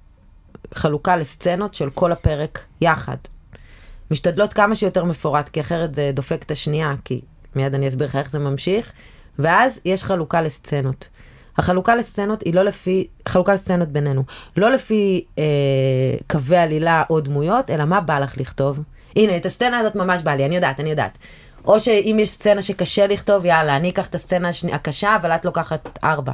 חלוקה לסצנות של כל הפרק יחד. משתדלות כמה שיותר מפורט, כי אחרת זה דופק את השנייה, כי מיד אני אסביר לך איך זה ממשיך, ואז יש חלוקה לסצנות. החלוקה לסצנות היא לא לפי, חלוקה לסצנות בינינו, לא לפי uh, קווי עלילה או דמויות, אלא מה בא לך לכתוב? הנה, את הסצנה הזאת ממש בא לי, אני יודעת, אני יודעת. או שאם יש סצנה שקשה לכתוב, יאללה, אני אקח את הסצנה הקשה, אבל את לוקחת ארבע.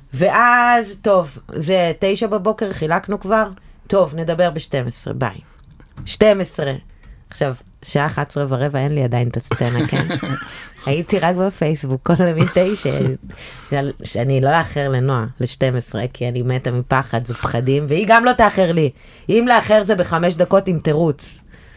ואז, טוב, זה תשע בבוקר, חילקנו כבר, טוב, נדבר ב-שתים עשרה, ביי. שתים עשרה. עכשיו, שעה אחת עשרה ורבע, אין לי עדיין את הסצנה, כן? הייתי רק בפייסבוק, כל מי תשע, שאני לא אאחר לנועה, ל-שתים עשרה, כי אני מתה מפחד, זה פחדים, והיא גם לא תאחר לי. אם לאחר זה בחמש דקות עם תירוץ.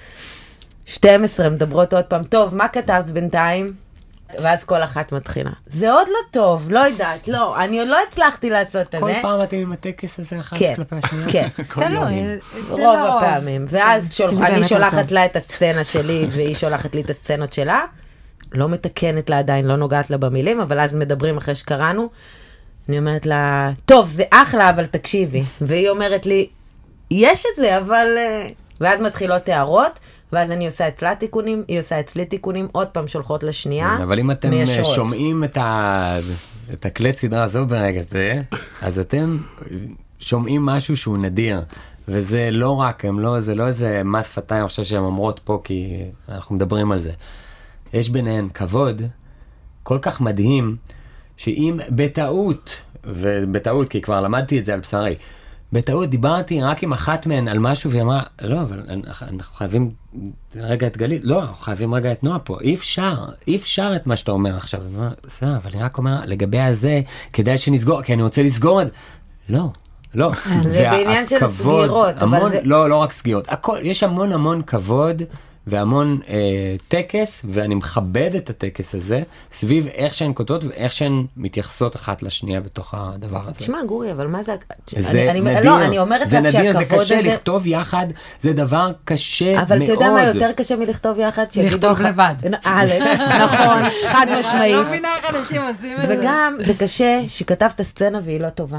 שתים עשרה מדברות עוד פעם, טוב, מה כתבת בינתיים? ואז כל אחת מתחילה. זה עוד לא טוב, לא יודעת, לא, אני עוד לא הצלחתי לעשות את זה. כל פעם אתם עם הטקס הזה אחת כלפי השנייה? כן, תלוי. רוב הפעמים. ואז אני שולחת לה את הסצנה שלי, והיא שולחת לי את הסצנות שלה. לא מתקנת לה עדיין, לא נוגעת לה במילים, אבל אז מדברים אחרי שקראנו. אני אומרת לה, טוב, זה אחלה, אבל תקשיבי. והיא אומרת לי, יש את זה, אבל... ואז מתחילות הערות, ואז אני עושה אצלה תיקונים, היא עושה אצלי תיקונים, עוד פעם שולחות לשנייה. אבל אם אתם מיישרות. שומעים את, ה... את הקלט סדרה הזו ברגע זה, אז אתם שומעים משהו שהוא נדיר, וזה לא רק, הם לא, זה לא איזה מס שפתיים עכשיו שהן אומרות פה, כי אנחנו מדברים על זה. יש ביניהן כבוד כל כך מדהים, שאם בטעות, ובטעות, כי כבר למדתי את זה על בשרי, בטעות דיברתי רק עם אחת מהן על משהו, והיא אמרה, לא, אבל אנחנו חייבים רגע את גלית, לא, אנחנו חייבים רגע את נועה פה, אי אפשר, אי אפשר את מה שאתה אומר עכשיו. היא אמרה, בסדר, אבל אני רק אומר, לגבי הזה, כדאי שנסגור, כי אני רוצה לסגור את זה. לא, לא. זה בעניין של סגירות. המון, לא, לא רק סגירות, הכל, יש המון המון כבוד והמון אה, טקס, ואני מכבד את הטקס הזה, סביב איך שהן כותבות ואיך שהן מתייחסות אחת לשנייה בתוך הדבר הזה. תשמע, גורי, אבל מה זה... זה אני, נדיר, לא, אני אומרת זה רק נדיר, זה שהכבוד קשה הזה... לכתוב יחד, זה דבר קשה מאוד. אבל אתה יודע מה יותר קשה מלכתוב יחד? לכתוב לבד. א', נכון, חד משמעית. לא מבינה איך אנשים עושים את זה. וגם זה קשה שכתבת סצנה והיא לא טובה.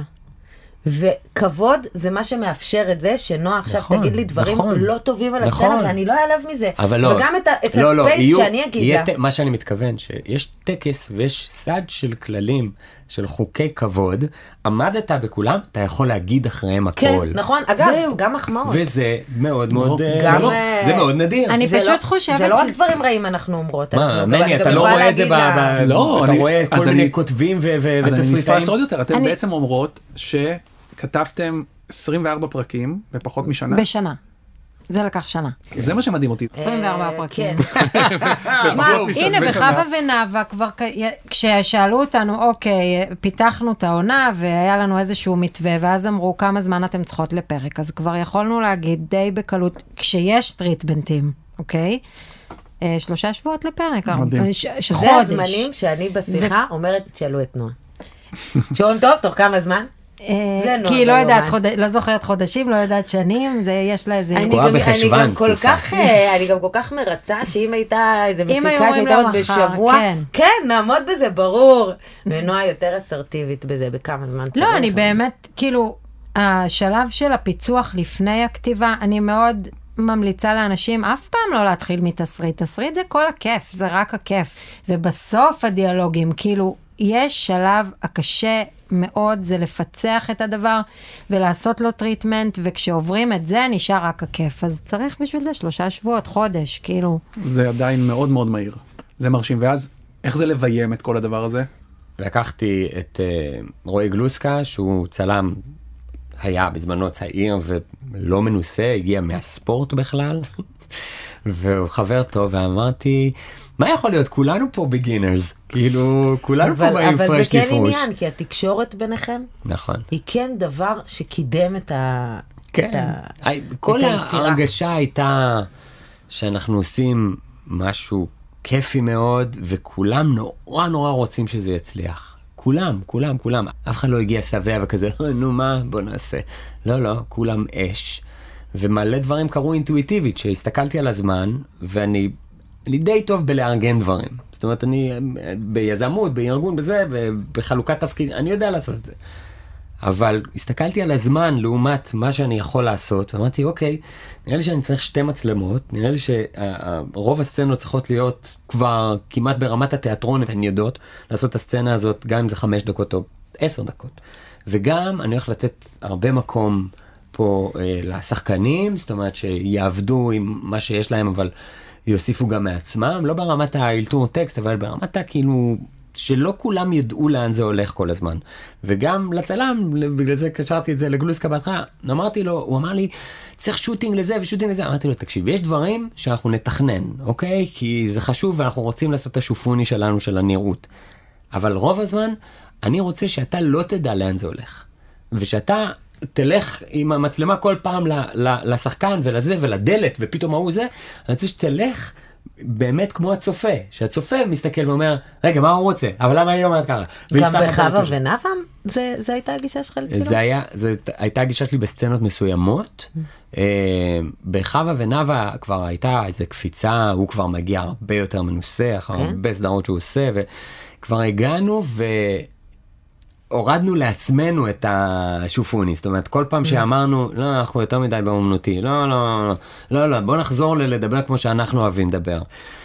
וכבוד זה מה שמאפשר את זה, שנועה עכשיו נכון, תגיד לי דברים נכון, לא טובים על נכון. הסצנה, ואני לא אעלב מזה. אבל לא, וגם את, את לא, לא, הספייס יהיו, שאני אגיד לה. ת, מה שאני מתכוון, שיש טקס ויש סד של כללים, של חוקי כבוד, עמדת בכולם, אתה יכול להגיד אחריהם הכל. כן, נכון. אגב, זהו. גם מחמאות. וזה מאוד מאוד, גם, לא, אה, זה מאוד נדיר. אני זה פשוט לא, חושבת זה לא ש- רק דברים רעים אנחנו אומרות. מה, אנחנו- מני, אני אתה גם לא יכולה רואה את זה, ב- להגיד לה- ב- לא, אתה אני- רואה כל אז מיני אני- כותבים ו- ו- אז אני ותסריטאים. נתפס עוד יותר, אתם אני- בעצם אומרות שכתבתם עשרים וארבע פרקים בפחות משנה. בשנה. זה לקח שנה. זה מה שמדהים אותי. עשרים וארבע אה, פרקים. כן. שמע, הנה בחווה ונאווה כבר, כ- כששאלו אותנו, אוקיי, פיתחנו את העונה והיה לנו איזשהו מתווה, ואז אמרו כמה זמן אתם צריכות לפרק, אז כבר יכולנו להגיד די בקלות, כשיש טריטמנטים, אוקיי? אה, שלושה שבועות לפרק, מדהים. ש- זה שחודש. הזמנים שאני בשיחה אומרת, שאלו את נועה. שאומרים טוב, תוך כמה זמן? אה, זה נועה כי היא לא ביומן. יודעת, חוד- לא זוכרת חודשים, לא יודעת שנים, זה יש לה איזה... אני תקועה גם, אני בחשוון גם כל תקופה. כך, אה, אני גם כל כך מרצה שאם הייתה איזה אם היו מפיקה אומרים שהייתה לה עוד מחר, בשבוע, כן. כן, נעמוד בזה, ברור. ונועה יותר אסרטיבית בזה, בכמה זמן צריך. לא, אני באמת, כאילו, השלב של הפיצוח לפני הכתיבה, אני מאוד ממליצה לאנשים אף פעם לא להתחיל מתסריט. תסריט זה כל הכיף, זה רק הכיף. ובסוף הדיאלוגים, כאילו, יש שלב הקשה מאוד, זה לפצח את הדבר ולעשות לו טריטמנט, וכשעוברים את זה נשאר רק הכיף. אז צריך בשביל זה שלושה שבועות, חודש, כאילו. זה עדיין מאוד מאוד מהיר. זה מרשים. ואז, איך זה לביים את כל הדבר הזה? לקחתי את uh, רועי גלוסקה, שהוא צלם, היה בזמנו צעיר ולא מנוסה, הגיע מהספורט בכלל, והוא חבר טוב, ואמרתי, מה יכול להיות? כולנו פה בגינרס, כאילו, כולנו פה אבל, באים אבל פרש זה כן לפרוש. עניין, כי התקשורת ביניכם נכון. היא כן דבר שקידם את ה... כן, את ה... כל את היצירה. ההרגשה הייתה שאנחנו עושים משהו כיפי מאוד, וכולם נורא נורא רוצים שזה יצליח. כולם, כולם, כולם. אף אחד לא הגיע שבע וכזה, נו מה, בוא נעשה. לא, לא, כולם אש. ומלא דברים קרו אינטואיטיבית, שהסתכלתי על הזמן, ואני אני די טוב בלארגן דברים. זאת אומרת, אני ביזמות, בארגון, בזה, בחלוקת תפקיד, אני יודע לעשות את זה. אבל הסתכלתי על הזמן לעומת מה שאני יכול לעשות, ואמרתי, אוקיי, נראה לי שאני צריך שתי מצלמות, נראה לי שרוב הסצנות צריכות להיות כבר כמעט ברמת התיאטרון, הן יודעות לעשות את הסצנה הזאת, גם אם זה חמש דקות או עשר דקות. וגם אני הולך לתת הרבה מקום פה אה, לשחקנים, זאת אומרת שיעבדו עם מה שיש להם, אבל יוסיפו גם מעצמם, לא ברמת האלתור טקסט, אבל ברמת הכאילו... שלא כולם ידעו לאן זה הולך כל הזמן. וגם לצלם, בגלל זה קשרתי את זה לגלוסקה בהתחלה, אמרתי לו, הוא אמר לי, צריך שוטינג לזה ושוטינג לזה. אמרתי לו, תקשיב, יש דברים שאנחנו נתכנן, אוקיי? כי זה חשוב ואנחנו רוצים לעשות את השופוני שלנו של הנראות. אבל רוב הזמן, אני רוצה שאתה לא תדע לאן זה הולך. ושאתה תלך עם המצלמה כל פעם ל- ל- לשחקן ולזה ולדלת, ופתאום הוא זה, אני רוצה שתלך באמת כמו הצופה, שהצופה מסתכל ואומר, רגע, מה הוא רוצה? אבל למה היא אומרת ככה? גם בחווה ונאווה? זה, זה הייתה הגישה שלך לצילום? זה היה, זה הייתה הגישה שלי בסצנות מסוימות. בחווה ונאווה כבר הייתה איזו קפיצה, הוא כבר מגיע הרבה יותר מנוסח, הרבה סדרות שהוא עושה, וכבר הגענו והורדנו לעצמנו את השופוני. זאת אומרת, כל פעם שאמרנו, לא, אנחנו יותר מדי באומנותי, לא, לא, לא, לא, בוא נחזור לדבר כמו שאנחנו אוהבים לדבר.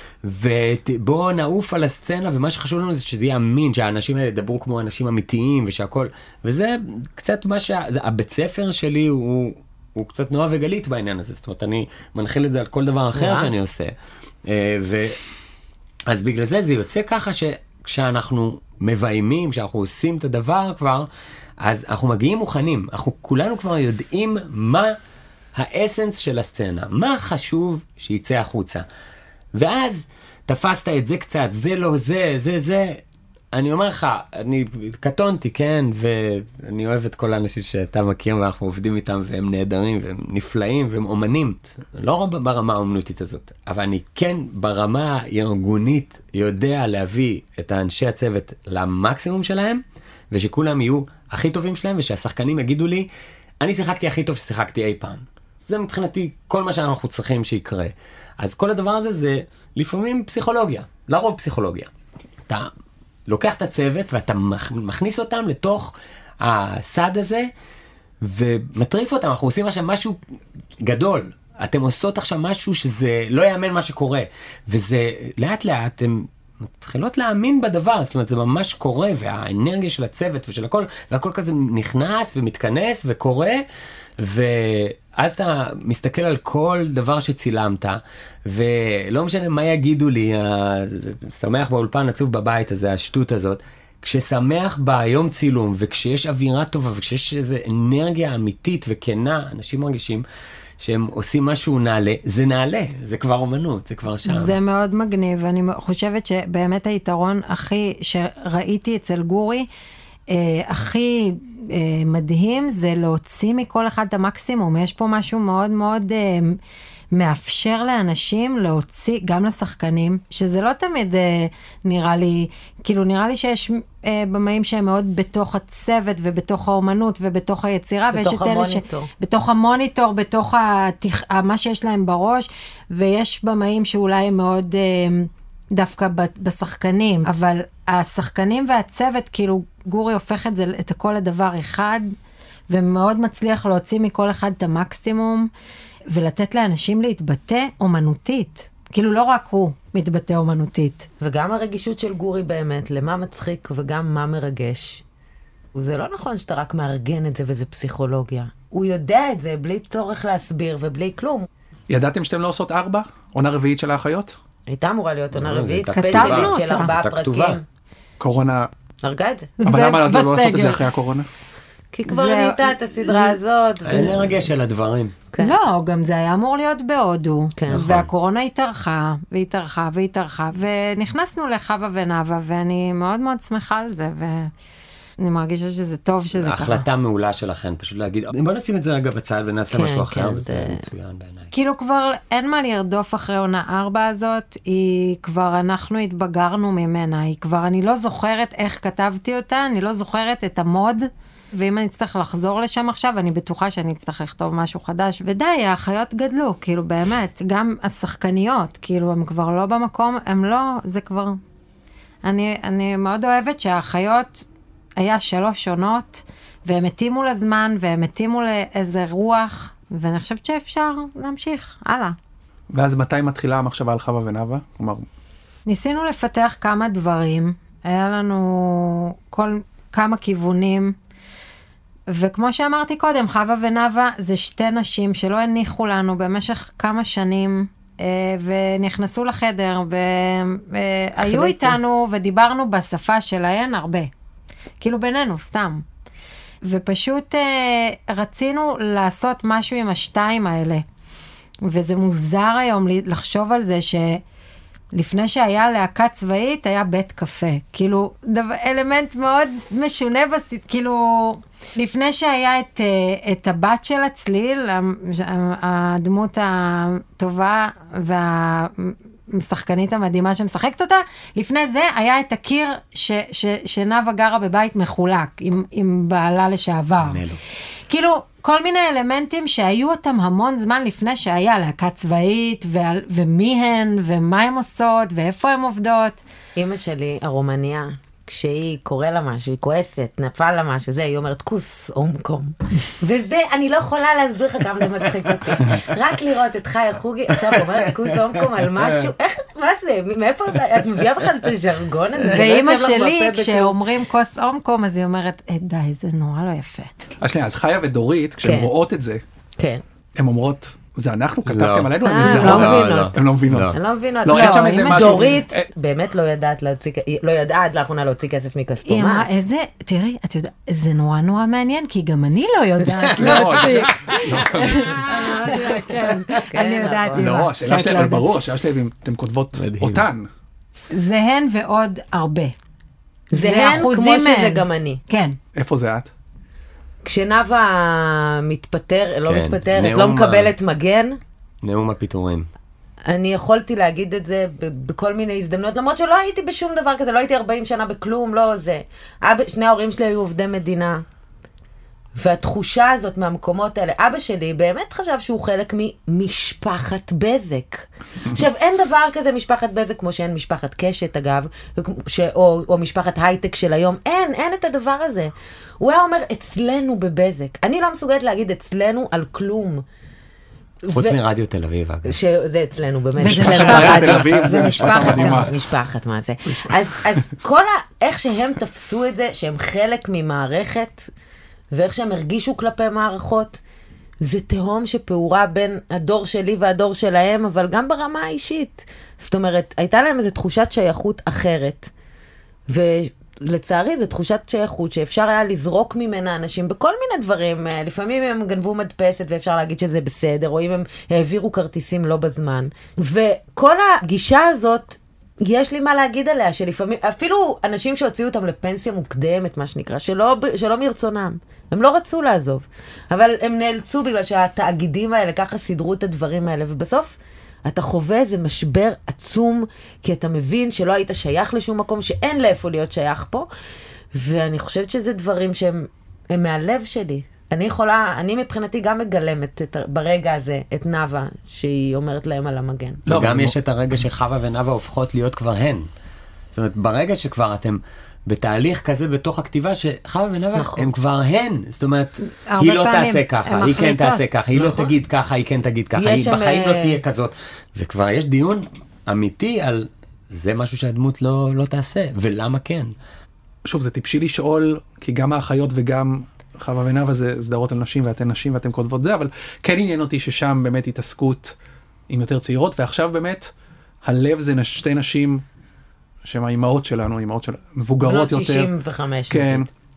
ובואו נעוף על הסצנה, ומה שחשוב לנו זה שזה יהיה אמין, שהאנשים האלה ידברו כמו אנשים אמיתיים ושהכל, וזה קצת מה שה... זה, הבית ספר שלי הוא, הוא קצת נועה וגלית בעניין הזה, זאת אומרת, אני מנחיל את זה על כל דבר אחר שאני עושה. ו... אז בגלל זה זה יוצא ככה שכשאנחנו מביימים, כשאנחנו עושים את הדבר כבר, אז אנחנו מגיעים מוכנים, אנחנו כולנו כבר יודעים מה האסנס של הסצנה, מה חשוב שיצא החוצה. ואז תפסת את זה קצת, זה לא זה, זה זה, אני אומר לך, אני קטונתי, כן, ואני אוהב את כל האנשים שאתה מכיר ואנחנו עובדים איתם והם נהדרים והם נפלאים והם אומנים. לא ברמה האומנותית הזאת, אבל אני כן ברמה הארגונית יודע להביא את האנשי הצוות למקסימום שלהם, ושכולם יהיו הכי טובים שלהם, ושהשחקנים יגידו לי, אני שיחקתי הכי טוב ששיחקתי אי פעם. זה מבחינתי כל מה שאנחנו צריכים שיקרה. אז כל הדבר הזה זה לפעמים פסיכולוגיה, לרוב פסיכולוגיה. אתה לוקח את הצוות ואתה מכניס אותם לתוך הסד הזה ומטריף אותם. אנחנו עושים עכשיו משהו גדול. אתם עושות עכשיו משהו שזה לא יאמן מה שקורה. וזה לאט לאט אתם מתחילות להאמין בדבר. זאת אומרת זה ממש קורה והאנרגיה של הצוות ושל הכל והכל כזה נכנס ומתכנס וקורה ואז אתה מסתכל על כל דבר שצילמת ולא משנה מה יגידו לי, שמח באולפן עצוב בבית הזה, השטות הזאת, כששמח ביום צילום וכשיש אווירה טובה וכשיש איזו אנרגיה אמיתית וכנה, אנשים מרגישים שהם עושים משהו נעלה, זה נעלה, זה כבר אומנות, זה כבר שם. זה מאוד מגניב, ואני חושבת שבאמת היתרון הכי שראיתי אצל גורי, אה, הכי אה, מדהים זה להוציא מכל אחד את המקסימום. יש פה משהו מאוד מאוד אה, מאפשר לאנשים להוציא, גם לשחקנים, שזה לא תמיד אה, נראה לי, כאילו נראה לי שיש אה, במאים שהם מאוד בתוך הצוות ובתוך האומנות ובתוך היצירה. בתוך המוניטור. ש... בתוך המוניטור, בתוך התח... מה שיש להם בראש, ויש במאים שאולי הם מאוד... אה, דווקא בשחקנים, אבל השחקנים והצוות, כאילו גורי הופך את זה, את הכל לדבר אחד, ומאוד מצליח להוציא מכל אחד את המקסימום, ולתת לאנשים להתבטא אומנותית. כאילו לא רק הוא מתבטא אומנותית. וגם הרגישות של גורי באמת, למה מצחיק וגם מה מרגש. וזה לא נכון שאתה רק מארגן את זה וזה פסיכולוגיה. הוא יודע את זה בלי צורך להסביר ובלי כלום. ידעתם שאתם לא עושות ארבע? עונה רביעית של האחיות? הייתה אמורה להיות עונה רביעית, כתבנו של ארבעה פרקים. קורונה. הרגה את זה. אבל למה אז לא לעשות את זה אחרי הקורונה? כי כבר נהייתה את הסדרה הזאת. האנרגיה של הדברים. לא, גם זה היה אמור להיות בהודו. והקורונה התארכה, והתארכה, והתארכה, ונכנסנו לחווה ונאווה, ואני מאוד מאוד שמחה על זה, ואני מרגישה שזה טוב שזה ככה. החלטה מעולה שלכן, פשוט להגיד, בוא נשים את זה רגע בצד ונעשה משהו אחר, וזה מצוין בעיניי. כאילו כבר אין מה לרדוף אחרי עונה ארבע הזאת, היא כבר אנחנו התבגרנו ממנה, היא כבר אני לא זוכרת איך כתבתי אותה, אני לא זוכרת את המוד, ואם אני אצטרך לחזור לשם עכשיו, אני בטוחה שאני אצטרך לכתוב משהו חדש, ודי, האחיות גדלו, כאילו באמת, גם השחקניות, כאילו הם כבר לא במקום, הם לא, זה כבר, אני, אני מאוד אוהבת שהאחיות היה שלוש שונות, והם התאימו לזמן, והם התאימו לאיזה רוח, ואני חושבת שאפשר להמשיך, הלאה. ואז מתי מתחילה המחשבה על חווה ונאווה? כלומר... ניסינו לפתח כמה דברים, היה לנו כל, כמה כיוונים, וכמו שאמרתי קודם, חווה ונאווה זה שתי נשים שלא הניחו לנו במשך כמה שנים, ונכנסו לחדר, והיו איתנו ודיברנו בשפה שלהן הרבה. כאילו בינינו, סתם. ופשוט רצינו לעשות משהו עם השתיים האלה. וזה מוזר היום לחשוב על זה שלפני שהיה להקה צבאית, היה בית קפה. כאילו, דבר, אלמנט מאוד משונה בסית, כאילו... לפני שהיה את, את הבת של הצליל, הדמות הטובה והמשחקנית המדהימה שמשחקת אותה, לפני זה היה את הקיר ש, ש, שנאווה גרה בבית מחולק, עם, עם בעלה לשעבר. כאילו, כל מיני אלמנטים שהיו אותם המון זמן לפני שהיה להקה צבאית, ו, ומי הן, ומה הן עושות, ואיפה הן עובדות. אמא שלי, הרומניה, כשהיא קורא לה משהו, היא כועסת, נפל לה משהו, זה, היא אומרת, כוס אומקום. וזה, אני לא יכולה להסביר לך כמה זה מצחיק אותי. רק לראות את חיה חוגי, עכשיו אומרת, כוס אומקום על משהו, איך, מה זה? מאיפה, את מביאה בכלל את הז'רגון הזה? ואמא שלי, כשאומרים כוס אומקום, אז היא אומרת, די, זה נורא לא יפה. אז שנייה, אז חיה ודורית, כשהן רואות את זה, הן אומרות, זה אנחנו כתבתם עלינו? הן לא מבינות. הן לא מבינות. הן לא מבינות. לא, דורית באמת לא ידעת להוציא, לא ידעת לאחרונה להוציא כסף מכספומט. היא אמרה, איזה, תראי, את יודעת, זה נורא נורא מעניין, כי גם אני לא יודעת להוציא. אני יודעת. לא, השאלה שלהם, ברור, השאלה שלהם, אתם כותבות אותן. זה הן ועוד הרבה. זה הן כמו שזה גם אני. כן. איפה זה את? כשנאווה מתפטר, לא כן, מתפטרת, נאום לא ה- מקבלת מגן, נאום הפיטורים. אני יכולתי להגיד את זה ב- בכל מיני הזדמנויות, למרות שלא הייתי בשום דבר כזה, לא הייתי ארבעים שנה בכלום, לא זה. אבא, שני ההורים שלי היו עובדי מדינה. והתחושה הזאת מהמקומות האלה, אבא שלי באמת חשב שהוא חלק ממשפחת בזק. עכשיו, אין דבר כזה משפחת בזק, כמו שאין משפחת קשת, אגב, ש... או, או משפחת הייטק של היום. אין, אין את הדבר הזה. הוא היה אומר, אצלנו בבזק. אני לא מסוגלת להגיד אצלנו על כלום. חוץ ו- מרדיו תל אביב, אגב. שזה אצלנו, באמת. וזה אצלנו משפחת ברדיו. תל אביב, זה משפחה מדהימה. משפחת, מה זה? אז, אז כל ה... איך שהם תפסו את זה, שהם חלק ממערכת, ואיך שהם הרגישו כלפי מערכות, זה תהום שפעורה בין הדור שלי והדור שלהם, אבל גם ברמה האישית. זאת אומרת, הייתה להם איזו תחושת שייכות אחרת, ולצערי זו תחושת שייכות שאפשר היה לזרוק ממנה אנשים בכל מיני דברים. לפעמים הם גנבו מדפסת ואפשר להגיד שזה בסדר, או אם הם העבירו כרטיסים לא בזמן. וכל הגישה הזאת, יש לי מה להגיד עליה, שלפעמים, אפילו אנשים שהוציאו אותם לפנסיה מוקדמת, מה שנקרא, שלא, שלא מרצונם. הם לא רצו לעזוב, אבל הם נאלצו בגלל שהתאגידים האלה ככה סידרו את הדברים האלה, ובסוף אתה חווה איזה משבר עצום, כי אתה מבין שלא היית שייך לשום מקום, שאין לאיפה להיות שייך פה, ואני חושבת שזה דברים שהם הם מהלב שלי. אני יכולה, אני מבחינתי גם מגלמת את, ברגע הזה את נאווה, שהיא אומרת להם על המגן. לא, אבל וגם זה יש לא- את הרגע שחווה ונאווה הופכות להיות כבר הן. זאת אומרת, ברגע שכבר אתם בתהליך כזה בתוך הכתיבה, שחווה ונאווה נכון. הם כבר הן. זאת אומרת, הרבה היא לא פעמים תעשה הן ככה, היא כן מחליטות. תעשה ככה, היא לא נכון. תגיד ככה, היא כן תגיד ככה, יש היא שם, בחיים לא אה, תהיה כזאת. וכבר יש דיון אמיתי על זה משהו שהדמות לא, לא תעשה, ולמה כן. שוב, זה טיפשי לשאול, כי גם האחיות וגם חווה ונאווה זה סדרות על נשים, ואתן נשים ואתן כותבות זה, אבל כן עניין אותי ששם באמת התעסקות עם יותר צעירות, ועכשיו באמת הלב זה נש, שתי נשים שהן האימהות שלנו, האימהות של מבוגרות בנות יותר. שישים וחמש. כן.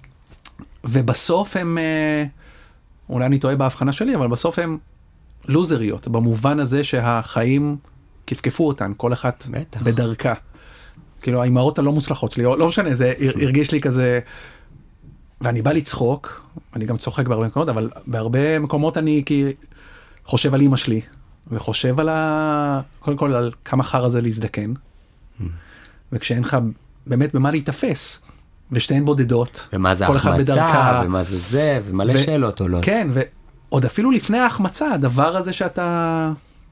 ובסוף הם, אה, אולי אני טועה בהבחנה שלי, אבל בסוף הם לוזריות, במובן הזה שהחיים כפכפו אותן, כל אחת בטח. בדרכה. כאילו, האימהות הלא מוצלחות שלי, לא משנה, זה הר- הרגיש לי כזה, ואני בא לצחוק, אני גם צוחק בהרבה מקומות, אבל בהרבה מקומות אני כי חושב על אמא שלי, וחושב על ה... קודם כל על כמה חר הזה להזדקן, וכשאין לך באמת במה להתאפס, ושתיהן בודדות, ומה זה כל אחת החמצה, בדרכה. ומה זה זה, ומלא ו- שאלות עולות. כן, ועוד אפילו לפני ההחמצה, הדבר הזה שאתה...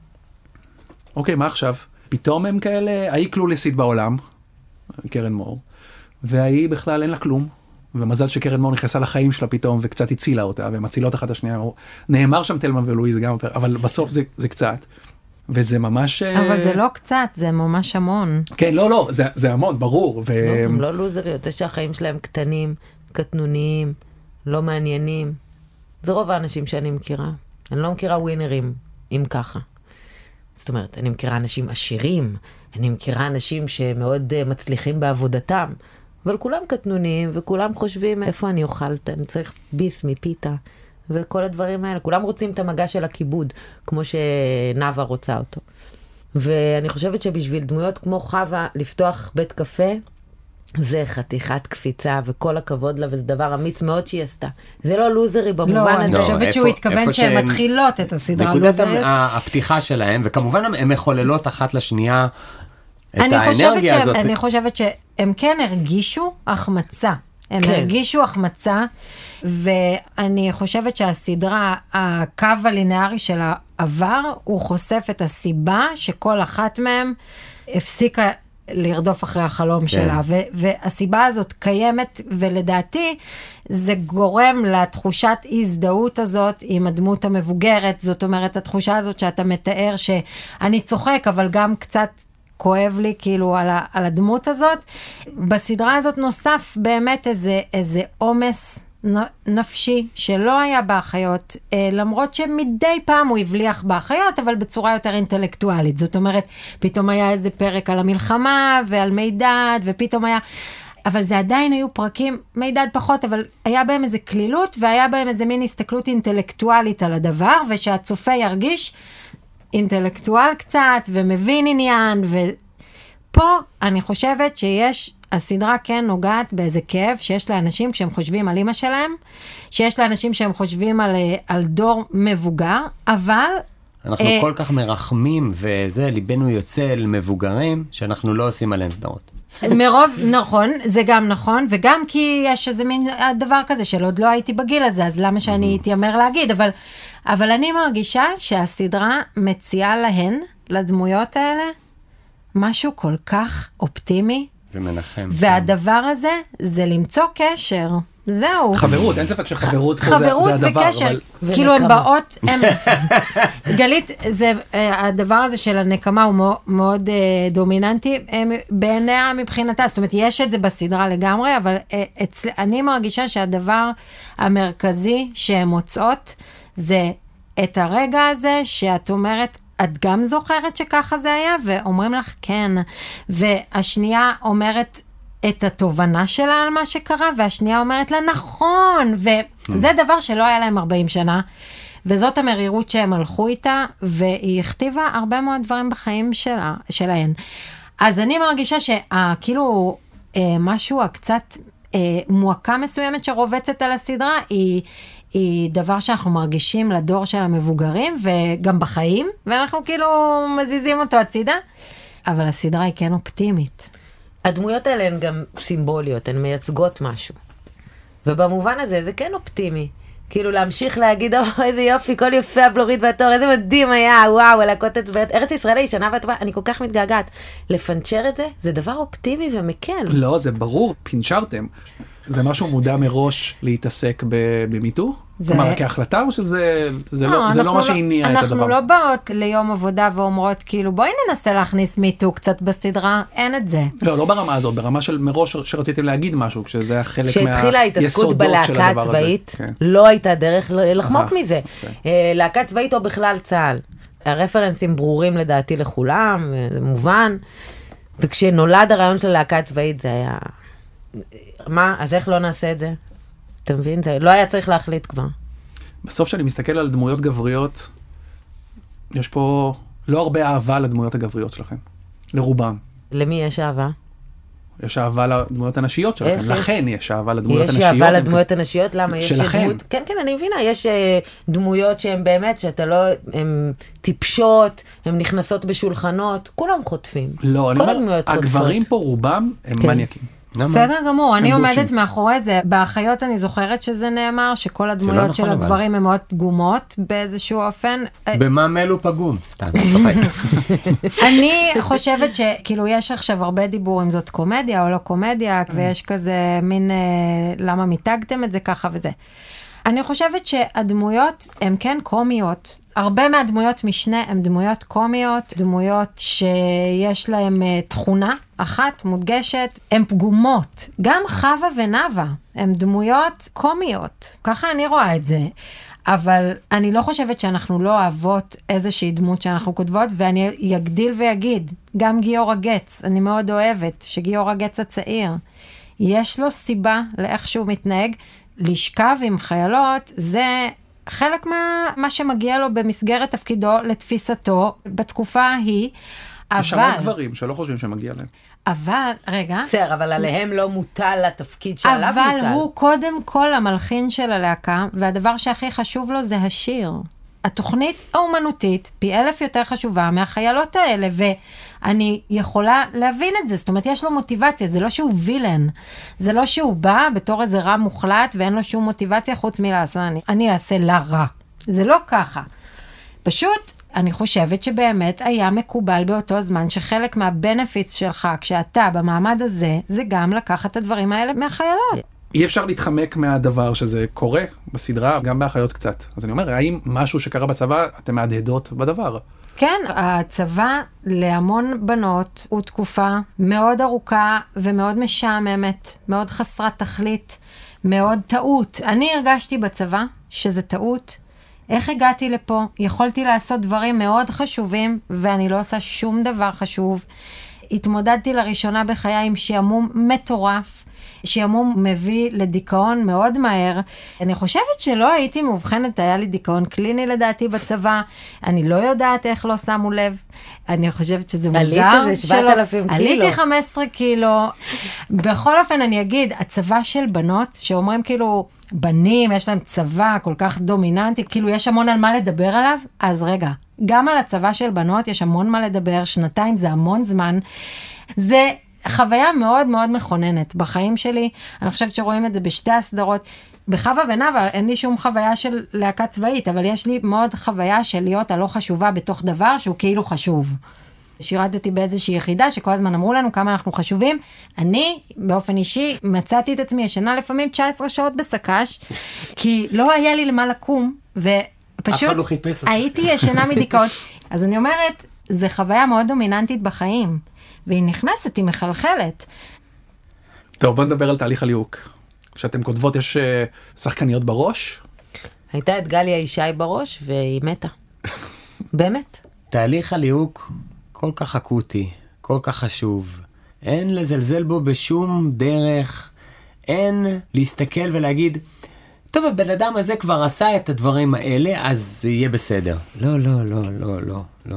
אוקיי, מה עכשיו? פתאום הם כאלה, ההיא קלולסית בעולם, קרן מור, וההיא בכלל אין לה כלום, ומזל שקרן מור נכנסה לחיים שלה פתאום, וקצת הצילה אותה, והם מצילות אחת השנייה. נאמר שם תלמה ולואיז גם, אבל בסוף זה, זה קצת. וזה ממש... אבל זה לא קצת, זה ממש המון. כן, לא, לא, זה, זה המון, ברור. ו... לא, הם לא לוזריות, זה שהחיים שלהם קטנים, קטנוניים, לא מעניינים. זה רוב האנשים שאני מכירה. אני לא מכירה ווינרים, אם ככה. זאת אומרת, אני מכירה אנשים עשירים, אני מכירה אנשים שמאוד uh, מצליחים בעבודתם, אבל כולם קטנוניים, וכולם חושבים איפה אני אוכלת, אני צריך ביס מפיתה, וכל הדברים האלה. כולם רוצים את המגע של הכיבוד, כמו שנאווה רוצה אותו. ואני חושבת שבשביל דמויות כמו חווה, לפתוח בית קפה, זה חתיכת קפיצה, וכל הכבוד לה, וזה דבר אמיץ מאוד שהיא עשתה. זה לא לוזרי לא, במובן אני הזה. לא, חושבת איפה- שהוא התכוון איפה שהן שהן- מתחילות את הסדרה נקודת לוזרית. ה- הפתיחה שלהם, וכמובן הן מחוללות אחת לשנייה את אני חושבת האנרגיה שהם- הזאת. אני חושבת שהם כן הרגישו החמצה. הם כן. הרגישו החמצה, ואני חושבת שהסדרה, הקו הלינארי של העבר, הוא חושף את הסיבה שכל אחת מהם הפסיקה לרדוף אחרי החלום שלה, ו- והסיבה הזאת קיימת, ולדעתי זה גורם לתחושת הזדהות הזאת עם הדמות המבוגרת. זאת אומרת, התחושה הזאת שאתה מתאר שאני צוחק, אבל גם קצת כואב לי כאילו על, ה- על הדמות הזאת. בסדרה הזאת נוסף באמת איזה, איזה עומס נ- נפשי שלא היה באחיות, אה, למרות שמדי פעם הוא הבליח באחיות, אבל בצורה יותר אינטלקטואלית. זאת אומרת, פתאום היה איזה פרק על המלחמה ועל מידד, ופתאום היה... אבל זה עדיין היו פרקים, מידד פחות, אבל היה בהם איזה כלילות, והיה בהם איזה מין הסתכלות אינטלקטואלית על הדבר, ושהצופה ירגיש אינטלקטואל קצת, ומבין עניין, ופה אני חושבת שיש הסדרה כן נוגעת באיזה כאב שיש לאנשים כשהם חושבים על אמא שלהם, שיש לאנשים שהם חושבים על, על דור מבוגר, אבל... אנחנו כל כך מרחמים, וזה, ליבנו יוצא אל מבוגרים, שאנחנו לא עושים עליהם סדרות. מרוב, נכון, זה גם נכון, וגם כי יש איזה מין דבר כזה, של עוד לא הייתי בגיל הזה, אז למה שאני אתיימר להגיד, אבל, אבל אני מרגישה שהסדרה מציעה להן, לדמויות האלה, משהו כל כך אופטימי, ומנחם. והדבר הזה, זה למצוא קשר. זהו. חברות, אין ספק שחברות פה חברות זה הדבר. וקשר, אבל... כאילו הן באות, הם... גלית, זה, הדבר הזה של הנקמה הוא מאוד, מאוד דומיננטי, בעיניה מבחינתה, זאת אומרת, יש את זה בסדרה לגמרי, אבל אצל, אני מרגישה שהדבר המרכזי שהן מוצאות, זה את הרגע הזה שאת אומרת, את גם זוכרת שככה זה היה, ואומרים לך כן, והשנייה אומרת, את התובנה שלה על מה שקרה, והשנייה אומרת לה, נכון, וזה דבר שלא היה להם ארבעים שנה, וזאת המרירות שהם הלכו איתה, והיא הכתיבה הרבה מאוד דברים בחיים שלה, שלהן. אז אני מרגישה שכאילו, משהו הקצת מועקה מסוימת שרובצת על הסדרה, היא, היא דבר שאנחנו מרגישים לדור של המבוגרים, וגם בחיים, ואנחנו כאילו מזיזים אותו הצידה, אבל הסדרה היא כן אופטימית. הדמויות האלה הן גם סימבוליות, הן מייצגות משהו. ובמובן הזה זה כן אופטימי. כאילו להמשיך להגיד, או איזה יופי, כל יפה הבלורית והתור, איזה מדהים היה, וואו, הלהקות את ארץ ישראל הישנה והטובה, אני כל כך מתגעגעת. לפנצ'ר את זה, זה דבר אופטימי ומקל. לא, זה ברור, פינצ'רתם. זה משהו מודע מראש להתעסק במיתו? זאת אומרת, כהחלטה או שזה לא מה שהניע את הדבר? אנחנו לא באות ליום עבודה ואומרות, כאילו, בואי ננסה להכניס מיתו קצת בסדרה, אין את זה. לא, לא ברמה הזאת, ברמה של מראש שרציתם להגיד משהו, כשזה היה חלק מהיסודות של הדבר הזה. כשהתחילה ההתעסקות בלהקה הצבאית, לא הייתה דרך לחמוק מזה. להקה צבאית או בכלל צה"ל. הרפרנסים ברורים לדעתי לכולם, זה מובן. וכשנולד הרעיון של להקה צבאית, זה היה... מה? אז איך לא נעשה את זה? אתה מבין? זה לא היה צריך להחליט כבר. בסוף שאני מסתכל על דמויות גבריות, יש פה לא הרבה אהבה לדמויות הגבריות שלכם. לרובם. למי יש אהבה? יש אהבה לדמויות הנשיות שלכם. לכן יש אהבה לדמויות הנשיות. יש אהבה לדמויות הנשיות? למה? שלכם. כן, כן, אני מבינה. יש דמויות שהן באמת, שאתה לא... הן טיפשות, הן נכנסות בשולחנות, כולם חוטפים. לא, אני אומר, הגברים פה רובם הם מניאקים. בסדר גמור, אני עומדת מאחורי זה. באחיות אני זוכרת שזה נאמר, שכל הדמויות של הגברים הן מאוד פגומות באיזשהו אופן. במה מלו פגום? סתם, צוחק. אני חושבת שכאילו יש עכשיו הרבה דיבור אם זאת קומדיה או לא קומדיה, ויש כזה מין למה מיתגתם את זה ככה וזה. אני חושבת שהדמויות הן כן קומיות. הרבה מהדמויות משנה הן דמויות קומיות, דמויות שיש להן תכונה אחת מודגשת, הן פגומות. גם חווה ונאווה הן דמויות קומיות. ככה אני רואה את זה. אבל אני לא חושבת שאנחנו לא אוהבות איזושהי דמות שאנחנו כותבות, ואני יגדיל ויגיד, גם גיורא גץ, אני מאוד אוהבת שגיורא גץ הצעיר, יש לו סיבה לאיך שהוא מתנהג, לשכב עם חיילות, זה חלק מה, מה שמגיע לו במסגרת תפקידו לתפיסתו בתקופה ההיא. יש אבל... המון גברים שלא חושבים שמגיע להם. אבל, רגע. בסדר, אבל עליהם לא מוטל לתפקיד שעליו מוטל. אבל הוא קודם כל המלחין של הלהקה, והדבר שהכי חשוב לו זה השיר. התוכנית האומנותית פי אלף יותר חשובה מהחיילות האלה, ואני יכולה להבין את זה, זאת אומרת, יש לו מוטיבציה, זה לא שהוא וילן, זה לא שהוא בא בתור איזה רע מוחלט, ואין לו שום מוטיבציה חוץ מלעשות, אני, אני אעשה לה רע. זה לא ככה. פשוט, אני חושבת שבאמת היה מקובל באותו זמן, שחלק מהבנפיץ שלך, כשאתה במעמד הזה, זה גם לקחת את הדברים האלה מהחיילות. אי אפשר להתחמק מהדבר שזה קורה בסדרה, גם באחיות קצת. אז אני אומר, האם משהו שקרה בצבא, אתם מהדהדות בדבר? כן, הצבא להמון בנות הוא תקופה מאוד ארוכה ומאוד משעממת, מאוד חסרת תכלית, מאוד טעות. אני הרגשתי בצבא שזה טעות. איך הגעתי לפה? יכולתי לעשות דברים מאוד חשובים, ואני לא עושה שום דבר חשוב. התמודדתי לראשונה בחיי עם שעמום מטורף. שעמום מביא לדיכאון מאוד מהר. אני חושבת שלא הייתי מאובחנת, היה לי דיכאון קליני לדעתי בצבא, אני לא יודעת איך לא שמו לב, אני חושבת שזה מוזר. עלית איזה שבעת אלפים קילו. עליתי חמש עשרה קילו. בכל אופן אני אגיד, הצבא של בנות שאומרים כאילו, בנים יש להם צבא כל כך דומיננטי, כאילו יש המון על מה לדבר עליו, אז רגע, גם על הצבא של בנות יש המון מה לדבר, שנתיים זה המון זמן, זה חוויה מאוד מאוד מכוננת בחיים שלי, אני חושבת שרואים את זה בשתי הסדרות, בחווה ונאווה אין לי שום חוויה של להקה צבאית, אבל יש לי מאוד חוויה של להיות הלא חשובה בתוך דבר שהוא כאילו חשוב. שירתתי באיזושהי יחידה שכל הזמן אמרו לנו כמה אנחנו חשובים, אני באופן אישי מצאתי את עצמי ישנה לפעמים תשע עשרה שעות בסקש, כי לא היה לי למה לקום, ופשוט לא הייתי ישנה מדיכאון. אז אני אומרת, זה חוויה מאוד דומיננטית בחיים, והיא נכנסת, היא מחלחלת. טוב, בוא נדבר על תהליך הליהוק. כשאתם כותבות יש uh, שחקניות בראש? הייתה את גליה ישי בראש והיא מתה. באמת. תהליך הליהוק כל כך אקוטי, כל כך חשוב. אין לזלזל בו בשום דרך, אין להסתכל ולהגיד, טוב, הבן אדם הזה כבר עשה את הדברים האלה, אז זה יהיה בסדר. לא, לא, לא, לא, לא, לא.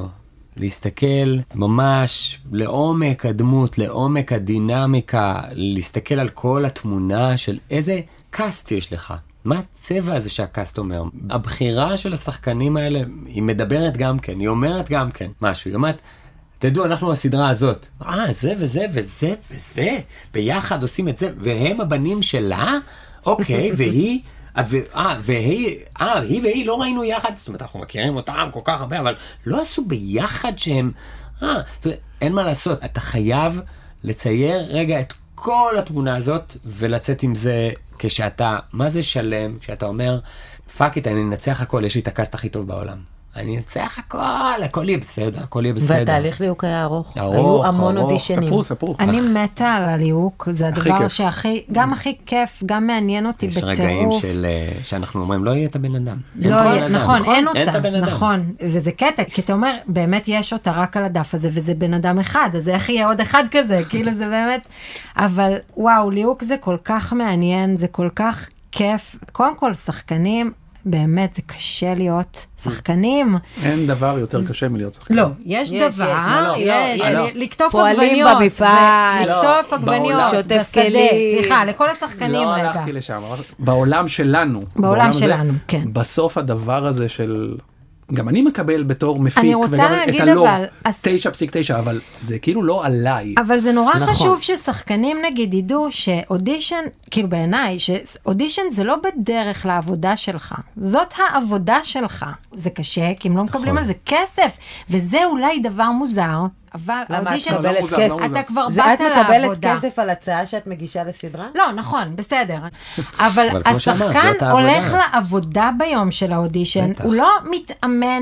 להסתכל ממש לעומק הדמות, לעומק הדינמיקה, להסתכל על כל התמונה של איזה קאסט יש לך. מה הצבע הזה שהקאסט אומר? הבחירה של השחקנים האלה, היא מדברת גם כן, היא אומרת גם כן משהו. היא אומרת, תדעו, אנחנו הסדרה הזאת. אה, זה וזה וזה וזה, ביחד עושים את זה, והם הבנים שלה? אוקיי, והיא... אה, והיא, אה, היא והיא לא ראינו יחד, זאת אומרת, אנחנו מכירים אותם כל כך הרבה, אבל לא עשו ביחד שהם, אה, זאת אומרת, אין מה לעשות, אתה חייב לצייר רגע את כל התמונה הזאת, ולצאת עם זה כשאתה, מה זה שלם, כשאתה אומר, פאק איט, אני נצח הכל, יש לי את הקאסט הכי טוב בעולם. אני אצח הכל, הכל יהיה בסדר, הכל יהיה בסדר. והתהליך ליהוק היה ארוך. ארוך, היו המון ארוך. אודישנים. ספרו, ספרו. אני מתה על הליהוק, זה הדבר שהכי, גם הכי כיף, גם מעניין אותי בטירוף. יש רגעים של, שאנחנו אומרים, לא יהיה את הבן אדם. לא, נכון, אין אותה, אין נכון, וזה קטע, כי אתה אומר, באמת יש אותה רק על הדף הזה, וזה בן אדם אחד, אז איך יהיה עוד אחד כזה, כאילו זה באמת, אבל וואו, ליהוק זה כל כך מעניין, זה כל כך כיף, קודם כל שחקנים, באמת זה קשה להיות שחקנים. אין דבר יותר קשה מלהיות שחקן. לא, יש דבר, יש, לקטוף עגבניות. פועלים במפעל. לקטוף עגבניות. שוטף כלים. סליחה, לכל השחקנים לא רגע. הלכתי לשם, בעולם שלנו. בעולם שלנו, כן. בסוף הדבר הזה של... גם אני מקבל בתור מפיק, אני רוצה להגיד אבל, תשע נקודה תשע, אבל זה כאילו לא עליי. אבל זה נורא חשוב ששחקנים נגיד ידעו שאודישן, כאילו בעיניי, שאודישן זה לא בדרך לעבודה שלך, זאת העבודה שלך. זה קשה, כי הם לא מקבלים על זה כסף, וזה אולי דבר מוזר, אבל האודישן, אתה כבר באת לעבודה. את מקבלת כסף על הצעה שאת מגישה לסדרה? לא, נכון, בסדר. אבל השחקן הולך לעבודה ביום של האודישן, הוא לא מתאמן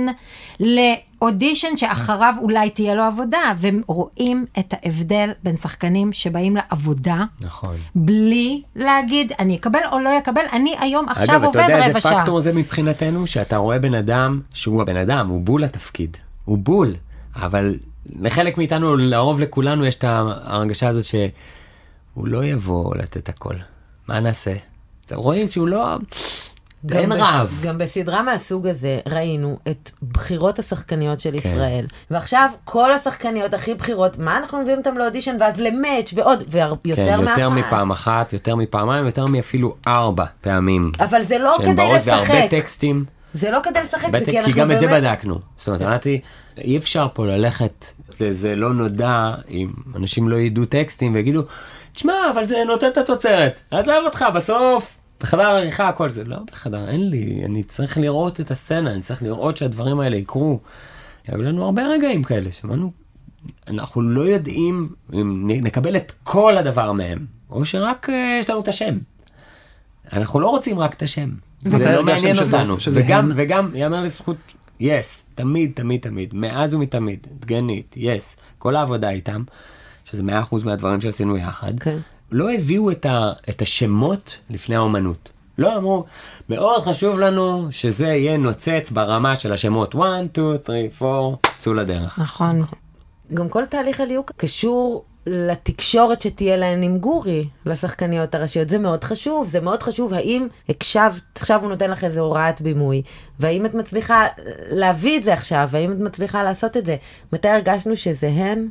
לאודישן שאחריו אולי תהיה לו עבודה, והם רואים את ההבדל בין שחקנים שבאים לעבודה, נכון. בלי להגיד, אני אקבל או לא אקבל, אני היום עכשיו עובד רבע שעה. אגב, אתה יודע איזה פקטור זה מבחינתנו, שאתה רואה בן אדם, שהוא הבן אדם, הוא בול התפקיד, הוא בול, אבל לחלק מאיתנו, לרוב לכולנו, יש את ההרגשה הזאת שהוא לא יבוא לתת הכל. מה נעשה? רואים שהוא לא... אין רב. גם בסדרה מהסוג הזה ראינו את בחירות השחקניות של ישראל. ועכשיו כל השחקניות הכי בחירות, מה אנחנו מביאים אותם לאודישן ואז למאץ' ועוד, ויותר מאחת. יותר מפעם אחת, יותר מפעמיים, יותר מאפילו ארבע פעמים. אבל זה לא כדי לשחק. והרבה טקסטים. זה לא כדי לשחק, זה כי אנחנו כי גם את זה בדקנו. זאת אומרת, אמרתי, אי אפשר פה ללכת, זה לא נודע, אם אנשים לא ידעו טקסטים ויגידו, תשמע, אבל זה נותן את התוצרת, עזב אותך בסוף. בחדר העריכה הכל זה, לא בחדר, אין לי, אני צריך לראות את הסצנה, אני צריך לראות שהדברים האלה יקרו. היו לנו הרבה רגעים כאלה, שמענו, אנחנו לא יודעים אם נקבל את כל הדבר מהם, או שרק יש לנו את השם. אנחנו לא רוצים רק את השם. זה לא מעניין אותנו. וגם, וגם, יאמר לזכות, יס, תמיד, תמיד, תמיד, מאז ומתמיד, דגנית, יס, כל העבודה איתם, שזה מאה אחוז מהדברים שעשינו יחד, לא הביאו את, ה, את השמות לפני האומנות. לא אמרו, מאוד חשוב לנו שזה יהיה נוצץ ברמה של השמות אחת, שתיים, שלוש, ארבע, צאו לדרך. נכון. גם כל תהליך הליהוק קשור לתקשורת שתהיה להן עם גורי, לשחקניות הראשיות. זה מאוד חשוב, זה מאוד חשוב. האם הקשבת, עכשיו הוא נותן לך איזו הוראת בימוי, והאם את מצליחה להביא את זה עכשיו, והאם את מצליחה לעשות את זה. מתי הרגשנו שזה הן?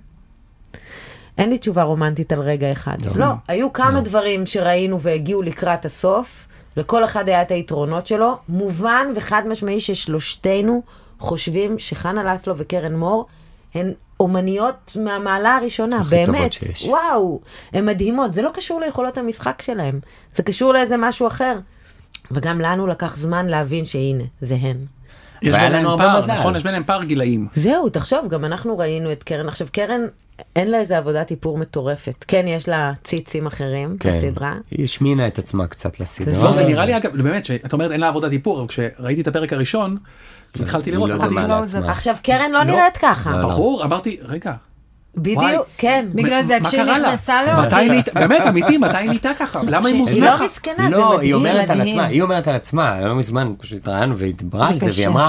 אין לי תשובה רומנטית על רגע אחד. לא, לא. היו כמה לא. דברים שראינו והגיעו לקראת הסוף, לכל אחד היה את היתרונות שלו, מובן וחד משמעי ששלושתנו חושבים שחנה לסלו וקרן מור, הן אומניות מהמעלה הראשונה, באמת, וואו, הן מדהימות, זה לא קשור ליכולות המשחק שלהם, זה קשור לאיזה משהו אחר, וגם לנו לקח זמן להבין שהנה, זה הן. יש ביניהם פער, נכון, יש ביניהם פער גילאים. זהו, תחשוב, גם אנחנו ראינו את קרן, עכשיו קרן, אין לה איזה עבודת איפור מטורפת, כן, יש לה ציצים אחרים בסדרה. היא השמינה את עצמה קצת לסדרה. לא, זה נראה לי, אגב, באמת, שאת אומרת, אין לה עבודת איפור, אבל כשראיתי את הפרק הראשון, כשהתחלתי לראות, עכשיו קרן לא נראית ככה. ברור, אמרתי, רגע, בדיוק, כן. בגלל זה, כשהיא נכנסה לו. באמת, אמיתי, מתי היא נהייתה ככה? למה היא מוזנחה? היא לא מסכנה, זה מדהים. לא, היא אומרת על עצמה, היא אומרת על עצמה, לא מזמן, פשוט התראינו והיא דיברה על זה, והיא אמרה,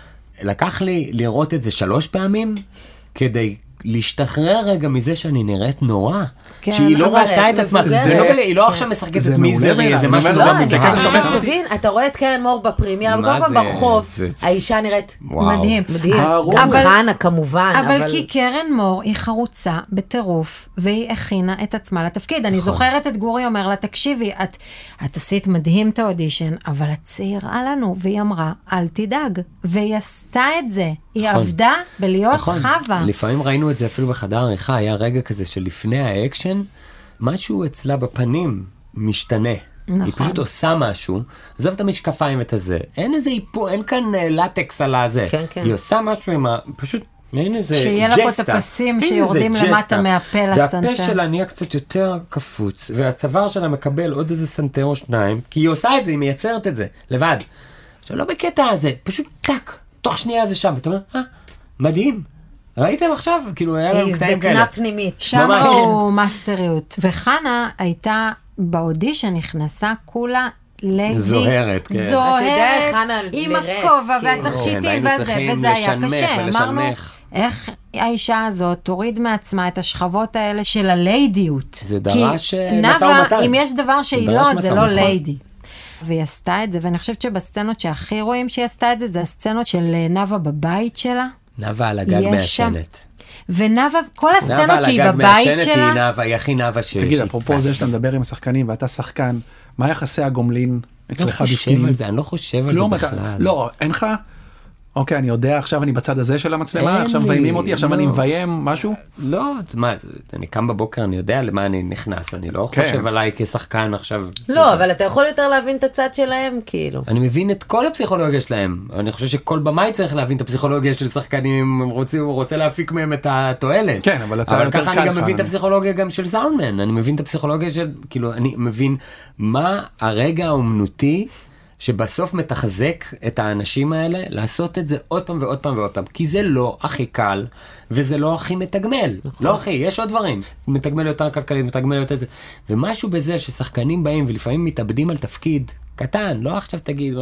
לקח לי לראות את זה שלוש פעמים, כדי להשתחרר רגע מזה שאני נראית נורא, שהיא לא ראתה את עצמה, היא לא עכשיו משחקת את מיזרי, זה משהו נורא מוזר. עכשיו תבין, אתה רואה את קרן מור בפרימייר, וכל פעם ברחוב, האישה נראית מדהים. מדהים. גם חנה כמובן. אבל כי קרן מור היא חרוצה בטירוף, והיא הכינה את עצמה לתפקיד. אני זוכרת את גורי אומר לה, תקשיבי, את עשית מדהים את האודישן, אבל את צעירה לנו, והיא אמרה, אל תדאג. והיא עשתה את זה. היא עבדה בלהיות חווה. לפעמים ראינו את זה אפילו בחדר עריכה, היה רגע כזה שלפני האקשן, משהו אצלה בפנים משתנה. נכון. היא פשוט עושה משהו, עזוב את המשקפיים ואת הזה. אין איזה איפור, אין כאן לטקס על הזה. כן, כן. היא עושה משהו עם ה... פשוט אין איזה ג'סטה. שיהיה לה פה את הפסים שיורדים למטה מהפה לסנטר. והפה שלה נהיה קצת יותר קפוץ, והצוואר שלה מקבל עוד איזה סנטר או שניים, כי היא עושה את זה, היא מייצרת את זה, לבד. עכשיו, לא בקטע הזה, פשוט טק, תוך שנייה זה שם, ואתה אומר, אה, מדהים. ראיתם עכשיו? כאילו, היה להם קטעים כאלה. הזדקנה פנימית. שם הוא מאסטריות. וחנה הייתה באודישן, נכנסה כולה ליידי. זוהרת, כן. זוהרת, עם הכובע והתכשיטים וזה, וזה היה קשה. אמרנו, איך האישה הזאת תוריד מעצמה את השכבות האלה של הליידיות. זה דרש מסע ומתן. אם יש דבר שהיא לא, זה לא ליידי. והיא עשתה את זה, ואני חושבת שבסצנות שהכי רואים שהיא עשתה את זה, זה הסצנות של נאווה בבית שלה. נאווה על הגג מהשנת. ונאווה, כל הסצנות שהיא בבית שלה... היא נאווה, היא הכי נאווה שיש. תגיד, אפרופו זה שאתה מדבר עם השחקנים, ואתה שחקן, מה יחסי הגומלין אצלך בפנים? לא חושב על זה, אני לא חושב על זה בכלל. לא, אין לך... אוקיי, אני יודע, עכשיו אני בצד הזה של המצלמה, עכשיו מביימים אותי, עכשיו אני מביים משהו? לא, מה, אני קם בבוקר, אני יודע למה אני נכנס, אני לא חושב עליי כשחקן עכשיו. לא, אבל אתה יכול יותר להבין את הצד שלהם, כאילו. אני מבין את כל הפסיכולוגיה שלהם, אני חושב שכל במאי צריך להבין את הפסיכולוגיה של שחקנים, הוא רוצה להפיק מהם את התועלת. כן, אבל אתה יותר קל לך. אבל ככה אני גם מבין את הפסיכולוגיה גם של סאונדמן, אני מבין את הפסיכולוגיה של, כאילו, אני מבין מה הרגע האומנותי, שבסוף מתחזק את האנשים האלה לעשות את זה עוד פעם ועוד פעם ועוד פעם, כי זה לא הכי קל, וזה לא הכי מתגמל. נכון. לא הכי, יש עוד דברים. מתגמל יותר כלכלית, מתגמל יותר זה. ומשהו בזה ששחקנים באים ולפעמים מתאבדים על תפקיד קטן, לא עכשיו תגיד,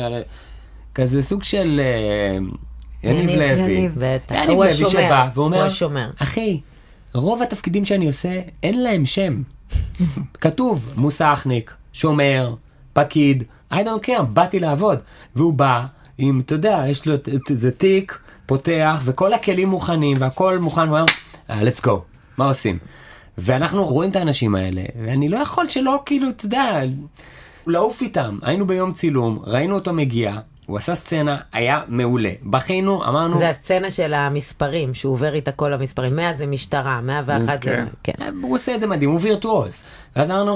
כזה סוג של יניב לוי. יניב לוי שבא ואומר, אחי, רוב התפקידים שאני עושה, אין להם שם. כתוב, מוסכניק, שומר, פקיד, I don't care, באתי לעבוד. והוא בא עם, אתה יודע, יש לו איזה תיק, פותח, וכל הכלים מוכנים, והכל מוכן, והוא אומר, let's go, מה עושים? ואנחנו רואים את האנשים האלה, ואני לא יכול שלא, כאילו, אתה יודע, לעוף איתם. היינו ביום צילום, ראינו אותו מגיע, הוא עשה סצנה, היה מעולה. בכינו, אמרנו... זה הסצנה של המספרים, שהוא עובר איתה כל המספרים. מאה זה משטרה, מאה ואחת זה... כן. הוא עושה את זה מדהים, הוא וירטואוז. ואז אמרנו,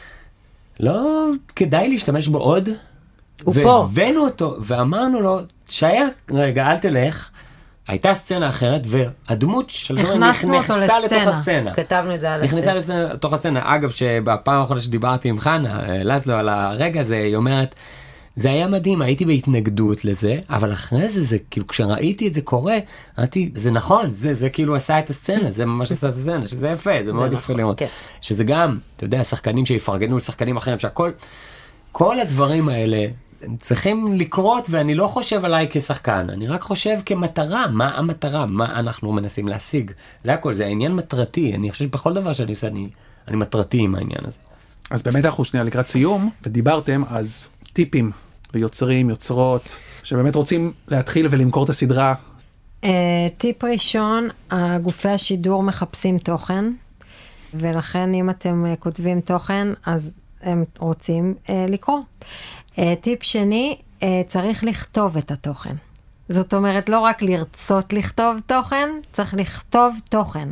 לא כדאי להשתמש בו עוד, הוא פה. והבאנו אותו, ואמרנו לו, שהיה, רגע, אל תלך, הייתה סצנה אחרת, והדמות של שומר נכנסה לתוך הסצנה. כתבנו את זה על הסצנה. נכנסה לתוך הסצנה. אגב, שבפעם האחרונה שדיברתי עם חנה, לזלו על הרגע הזה, היא אומרת, זה היה מדהים, הייתי בהתנגדות לזה, אבל אחרי זה, זה כאילו, כשראיתי את זה קורה, אמרתי, זה נכון, זה, זה כאילו עשה את הסצנה, זה ממש עשה את הסצנה, שזה יפה, זה מאוד יפה לראות. שזה גם, אתה יודע, שחקנים שיפרגנו לשחקנים אחרים, שהכל, כל הדברים האלה, הם צריכים לקרות, ואני לא חושב עליי כשחקן, אני רק חושב כמטרה, מה המטרה, מה אנחנו מנסים להשיג. זה הכל, זה העניין מטרתי, אני חושב שבכל דבר שאני עושה, אני, אני מטרתי עם העניין הזה. אז באמת אנחנו שנייה לקראת סיום, ודיברתם אז טיפים ליוצרים, יוצרות, שבאמת רוצים להתחיל ולמכור את הסדרה. Uh, טיפ ראשון, גופי השידור מחפשים תוכן, ולכן אם אתם uh, כותבים תוכן, אז הם רוצים uh, לקרוא. Uh, טיפ שני, uh, צריך לכתוב את התוכן. זאת אומרת, לא רק לרצות לכתוב תוכן, צריך לכתוב תוכן.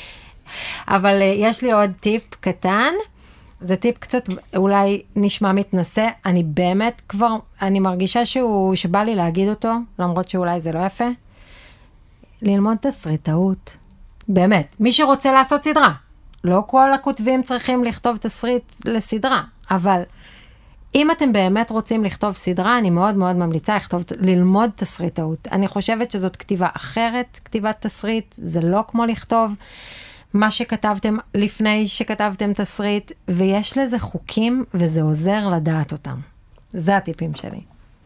אבל uh, יש לי עוד טיפ קטן, זה טיפ קצת אולי נשמע מתנשא, אני באמת כבר, אני מרגישה שהוא, שבא לי להגיד אותו, למרות שאולי זה לא יפה. ללמוד תסריטאות. באמת, מי שרוצה לעשות סדרה. לא כל הכותבים צריכים לכתוב תסריט לסדרה, אבל אם אתם באמת רוצים לכתוב סדרה, אני מאוד מאוד ממליצה לכתוב, ללמוד תסריטאות. אני חושבת שזאת כתיבה אחרת, כתיבת תסריט, זה לא כמו לכתוב מה שכתבתם לפני שכתבתם תסריט, ויש לזה חוקים, וזה עוזר לדעת אותם. זה הטיפים שלי.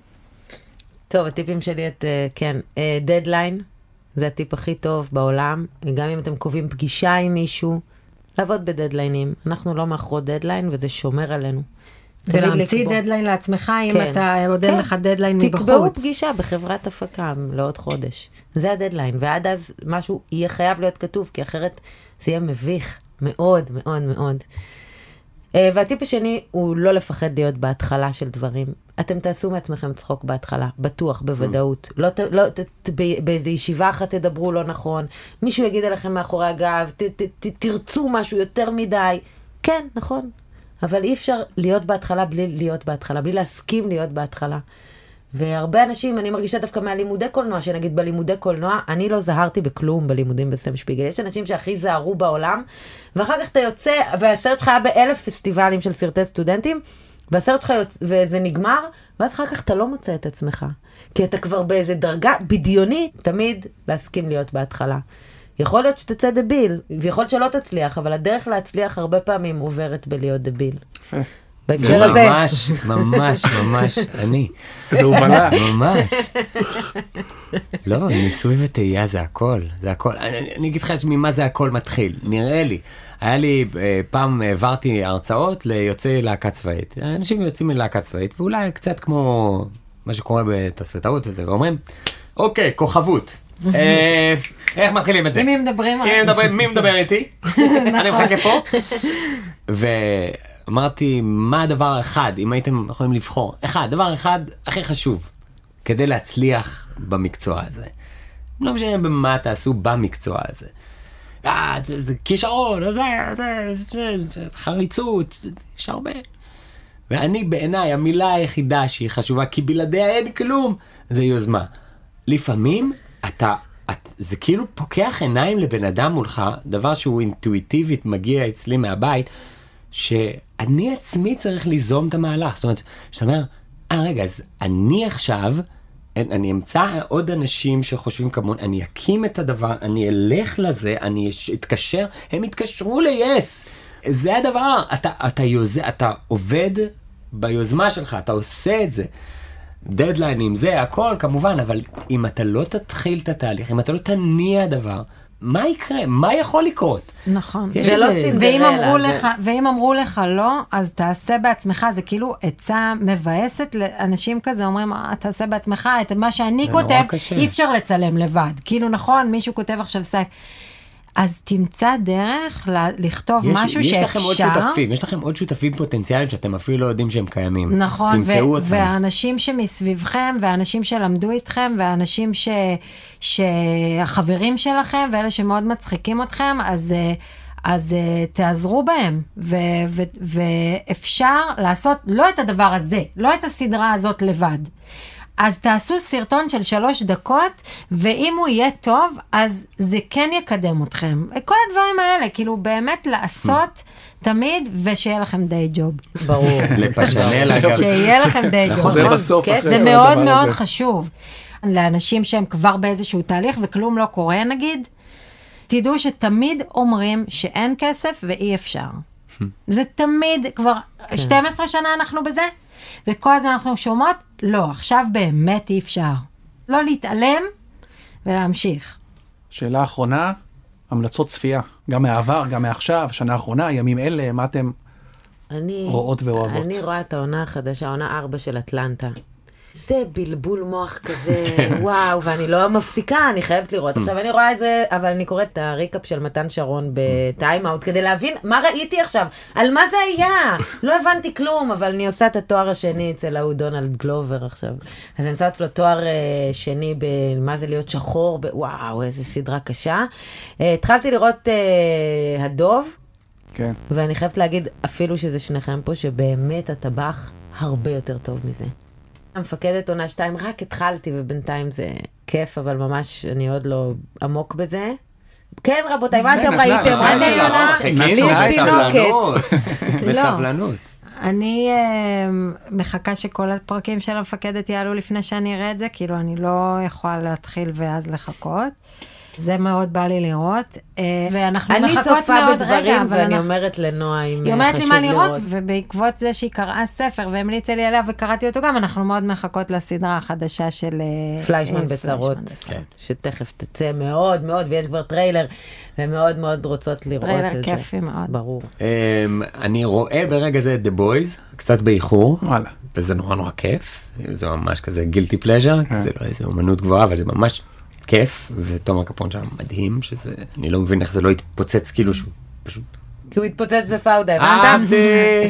טוב, הטיפים שלי, את, כן, דדליין, זה הטיפ הכי טוב בעולם, גם אם אתם קובעים פגישה עם מישהו, לעבוד בדדליינים. אנחנו לא מאחרות דדליין, וזה שומר עלינו. ולהמציא דדליין לעצמך, אם כן. אתה עוד אין כן. לך דדליין מבחוץ. תקבעו פגישה בחברת הפקה לעוד חודש. זה הדדליין, ועד אז משהו יהיה חייב להיות כתוב, כי אחרת זה יהיה מביך מאוד מאוד מאוד. והטיפ השני הוא לא לפחד להיות בהתחלה של דברים. אתם תעשו מעצמכם צחוק בהתחלה, בטוח, בוודאות. לא, לא, ת, ת, באיזו ישיבה אחת תדברו לא נכון, מישהו יגיד עליכם מאחורי הגב, ת, ת, ת, תרצו משהו יותר מדי. כן, נכון. אבל אי אפשר להיות בהתחלה בלי להיות בהתחלה, בלי להסכים להיות בהתחלה. והרבה אנשים, אני מרגישה דווקא מהלימודי קולנוע, שנגיד בלימודי קולנוע, אני לא זהרתי בכלום בלימודים בסם שפיגל. יש אנשים שהכי זהרו בעולם, ואחר כך אתה יוצא, והסרט שלך היה באלף פסטיבלים של סרטי סטודנטים, והסרט שלך יוצא, וזה נגמר, ואז אחר כך אתה לא מוצא את עצמך. כי אתה כבר באיזה דרגה בדיונית, תמיד להסכים להיות בהתחלה. יכול להיות שתצא דביל, ויכול להיות שלא תצליח, אבל הדרך להצליח הרבה פעמים עוברת בלהיות דביל. בהקשר הזה. ממש, ממש, ממש, אני. זה הובלה. ממש. לא, ניסוי וטעייה זה הכל, זה הכל. אני, אני אגיד לך ממה זה הכל מתחיל, נראה לי. היה לי, פעם העברתי הרצאות ליוצאי להקה צבאית. אנשים יוצאים מלהקה צבאית, ואולי קצת כמו מה שקורה בתסריטאות וזה, ואומרים, אוקיי, כוכבות. איך מתחילים את זה? מי מדברים? מי מדבר איתי? אני מחכה פה. ואמרתי, מה הדבר האחד, אם הייתם יכולים לבחור? אחד, דבר אחד הכי חשוב, כדי להצליח במקצוע הזה. לא משנה במה תעשו במקצוע הזה. אה, זה, זה כישרון, זה, זה, זה, זה, חריצות, יש הרבה. ואני בעיניי, המילה היחידה שהיא חשובה, כי בלעדיה אין כלום, זה יוזמה. לפעמים אתה, את, זה כאילו פוקח עיניים לבן אדם מולך, דבר שהוא אינטואיטיבית מגיע אצלי מהבית, שאני עצמי צריך ליזום את המהלך. זאת אומרת, שאתה אומר, אה רגע, אז אני עכשיו, אני אמצא עוד אנשים שחושבים כמון, אני אקים את הדבר, אני אלך לזה, אני אתקשר, הם יתקשרו ל-yes. זה הדבר, אתה, אתה, יוז... אתה עובד ביוזמה שלך, אתה עושה את זה. דדליינים, זה הכל כמובן, אבל אם אתה לא תתחיל את התהליך, אם אתה לא תניע דבר, מה יקרה? מה יכול לקרות? נכון. זה לא סינדרלה. ואם אמרו לך, ואם אמרו לך לא, אז תעשה בעצמך, זה כאילו עצה מבאסת לאנשים כזה, אומרים, תעשה בעצמך, את מה שאני כותב, אי אפשר לצלם לבד. כאילו נכון, מישהו כותב עכשיו סייף. אז תמצא דרך לכתוב יש, משהו יש שאפשר. יש לכם עוד שותפים, יש לכם עוד שותפים פוטנציאליים שאתם אפילו לא יודעים שהם קיימים. נכון, תמצאו ו- אותם. והאנשים שמסביבכם, והאנשים שלמדו איתכם, והאנשים ש- שהחברים שלכם, ואלה שמאוד מצחיקים אתכם, אז, אז תעזרו בהם. ו- ו- ואפשר לעשות לא את הדבר הזה, לא את הסדרה הזאת לבד. אז תעשו סרטון של שלוש דקות, ואם הוא יהיה טוב, אז זה כן יקדם אתכם. כל הדברים האלה, כאילו באמת לעשות תמיד, ושיהיה לכם די ג'וב. ברור. לפשנל אגב. שיהיה לכם די ג'וב. זה בסוף. זה מאוד מאוד חשוב. לאנשים שהם כבר באיזשהו תהליך, וכלום לא קורה נגיד, תדעו שתמיד אומרים שאין כסף ואי אפשר. זה תמיד, כבר שתים עשרה שנה אנחנו בזה, וכל הזמן אנחנו שומעות, לא, עכשיו באמת אי אפשר. לא להתעלם ולהמשיך. שאלה אחרונה, המלצות צפייה, גם מהעבר, גם מעכשיו, שנה האחרונה, ימים אלה, מה אתם אני, רואות ואוהבות? אני רואה את העונה החדשה, העונה ארבע של אטלנטה. זה בלבול מוח כזה, וואו, ואני לא מפסיקה, אני חייבת לראות. עכשיו אני רואה את זה, אבל אני קוראת את הריקאפ של מתן שרון בטיים-אאוט, כדי להבין מה ראיתי עכשיו, על מה זה היה. לא הבנתי כלום, אבל אני עושה את התואר השני אצל ההוא דונלד גלובר עכשיו. אז אני עושה לו תואר שני במה זה להיות שחור, וואו, איזה סדרה קשה. התחלתי לראות הדוב, כן. ואני חייבת להגיד, אפילו שזה שניכם פה, שבאמת הטבח הרבה יותר טוב מזה. המפקדת עונה שתיים, רק התחלתי, ובינתיים זה כיף, אבל ממש אני עוד לא עמוק בזה. כן, רבותיי, מה אתם ראיתם? אני עונה, לי יש תינוקת. בסבלנות. אני מחכה שכל הפרקים של המפקדת יעלו לפני שאני אראה את זה, כאילו אני לא יכולה להתחיל ואז לחכות. זה מאוד בא לי לראות, ואנחנו מחכות מאוד, אני צופה בדברים, ואני אומרת לנועה אם חשוב לראות. היא אומרת לי מה לראות, ובעקבות זה שהיא קראה ספר, והמליצה לי עליה וקראתי אותו גם, אנחנו מאוד מחכות לסדרה החדשה של פליישמן בצרות, שתכף תצא מאוד מאוד, ויש כבר טריילר, ומאוד מאוד רוצות לראות את זה. טריילר כיפי מאוד. ברור. אני רואה ברגע זה The Boys, קצת באיחור, וואלה. וזה נורא נורא כיף, זה ממש כזה guilty pleasure, זה לא איזו אומנות גבוהה, אבל זה ממש כיף, ותומר קפון שם מדהים, שזה, אני לא מבין איך זה לא התפוצץ, כאילו שהוא פשוט... כי הוא התפוצץ בפאודה, אהבתי!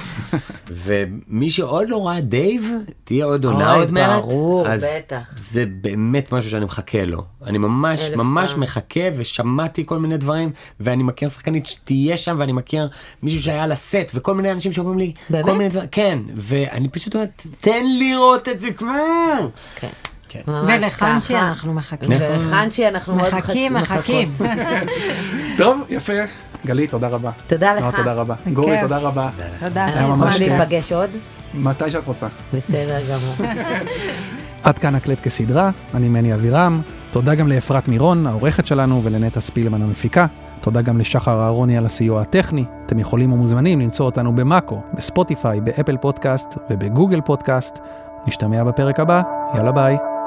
ומי שעוד לא ראה דייב, תהיה עוד עונה עוד מעט. ברור, אז בטח. זה באמת משהו שאני מחכה לו. אני ממש ממש מחכה, ושמעתי כל מיני דברים, ואני מכיר שחקנית שתהיה שם, ואני מכיר מישהו שהיה על הסט, וכל מיני אנשים שאומרים לי, כל מיני דברים, כן, ואני פשוט אומרת, תן לראות את זה כבר! כן. ולחנשי אנחנו מחכים. ולחנשי אנחנו מאוד מחכים, מחכים. טוב, יפה. גלית, תודה רבה. תודה לך. תודה רבה. גורי, תודה רבה. תודה. היה ממש כיף. להיפגש עוד? מתי שאת רוצה. בסדר גמור. עד כאן הקלט כסדרה, אני מני אבירם. תודה גם לאפרת מירון, העורכת שלנו, ולנטע ספילמן המפיקה. תודה גם לשחר אהרוני על הסיוע הטכני. אתם יכולים ומוזמנים למצוא אותנו במאקו, בספוטיפיי, באפל פודקאסט ובגוגל פודקאסט. נשתמע בפרק הבא. יאללה ביי.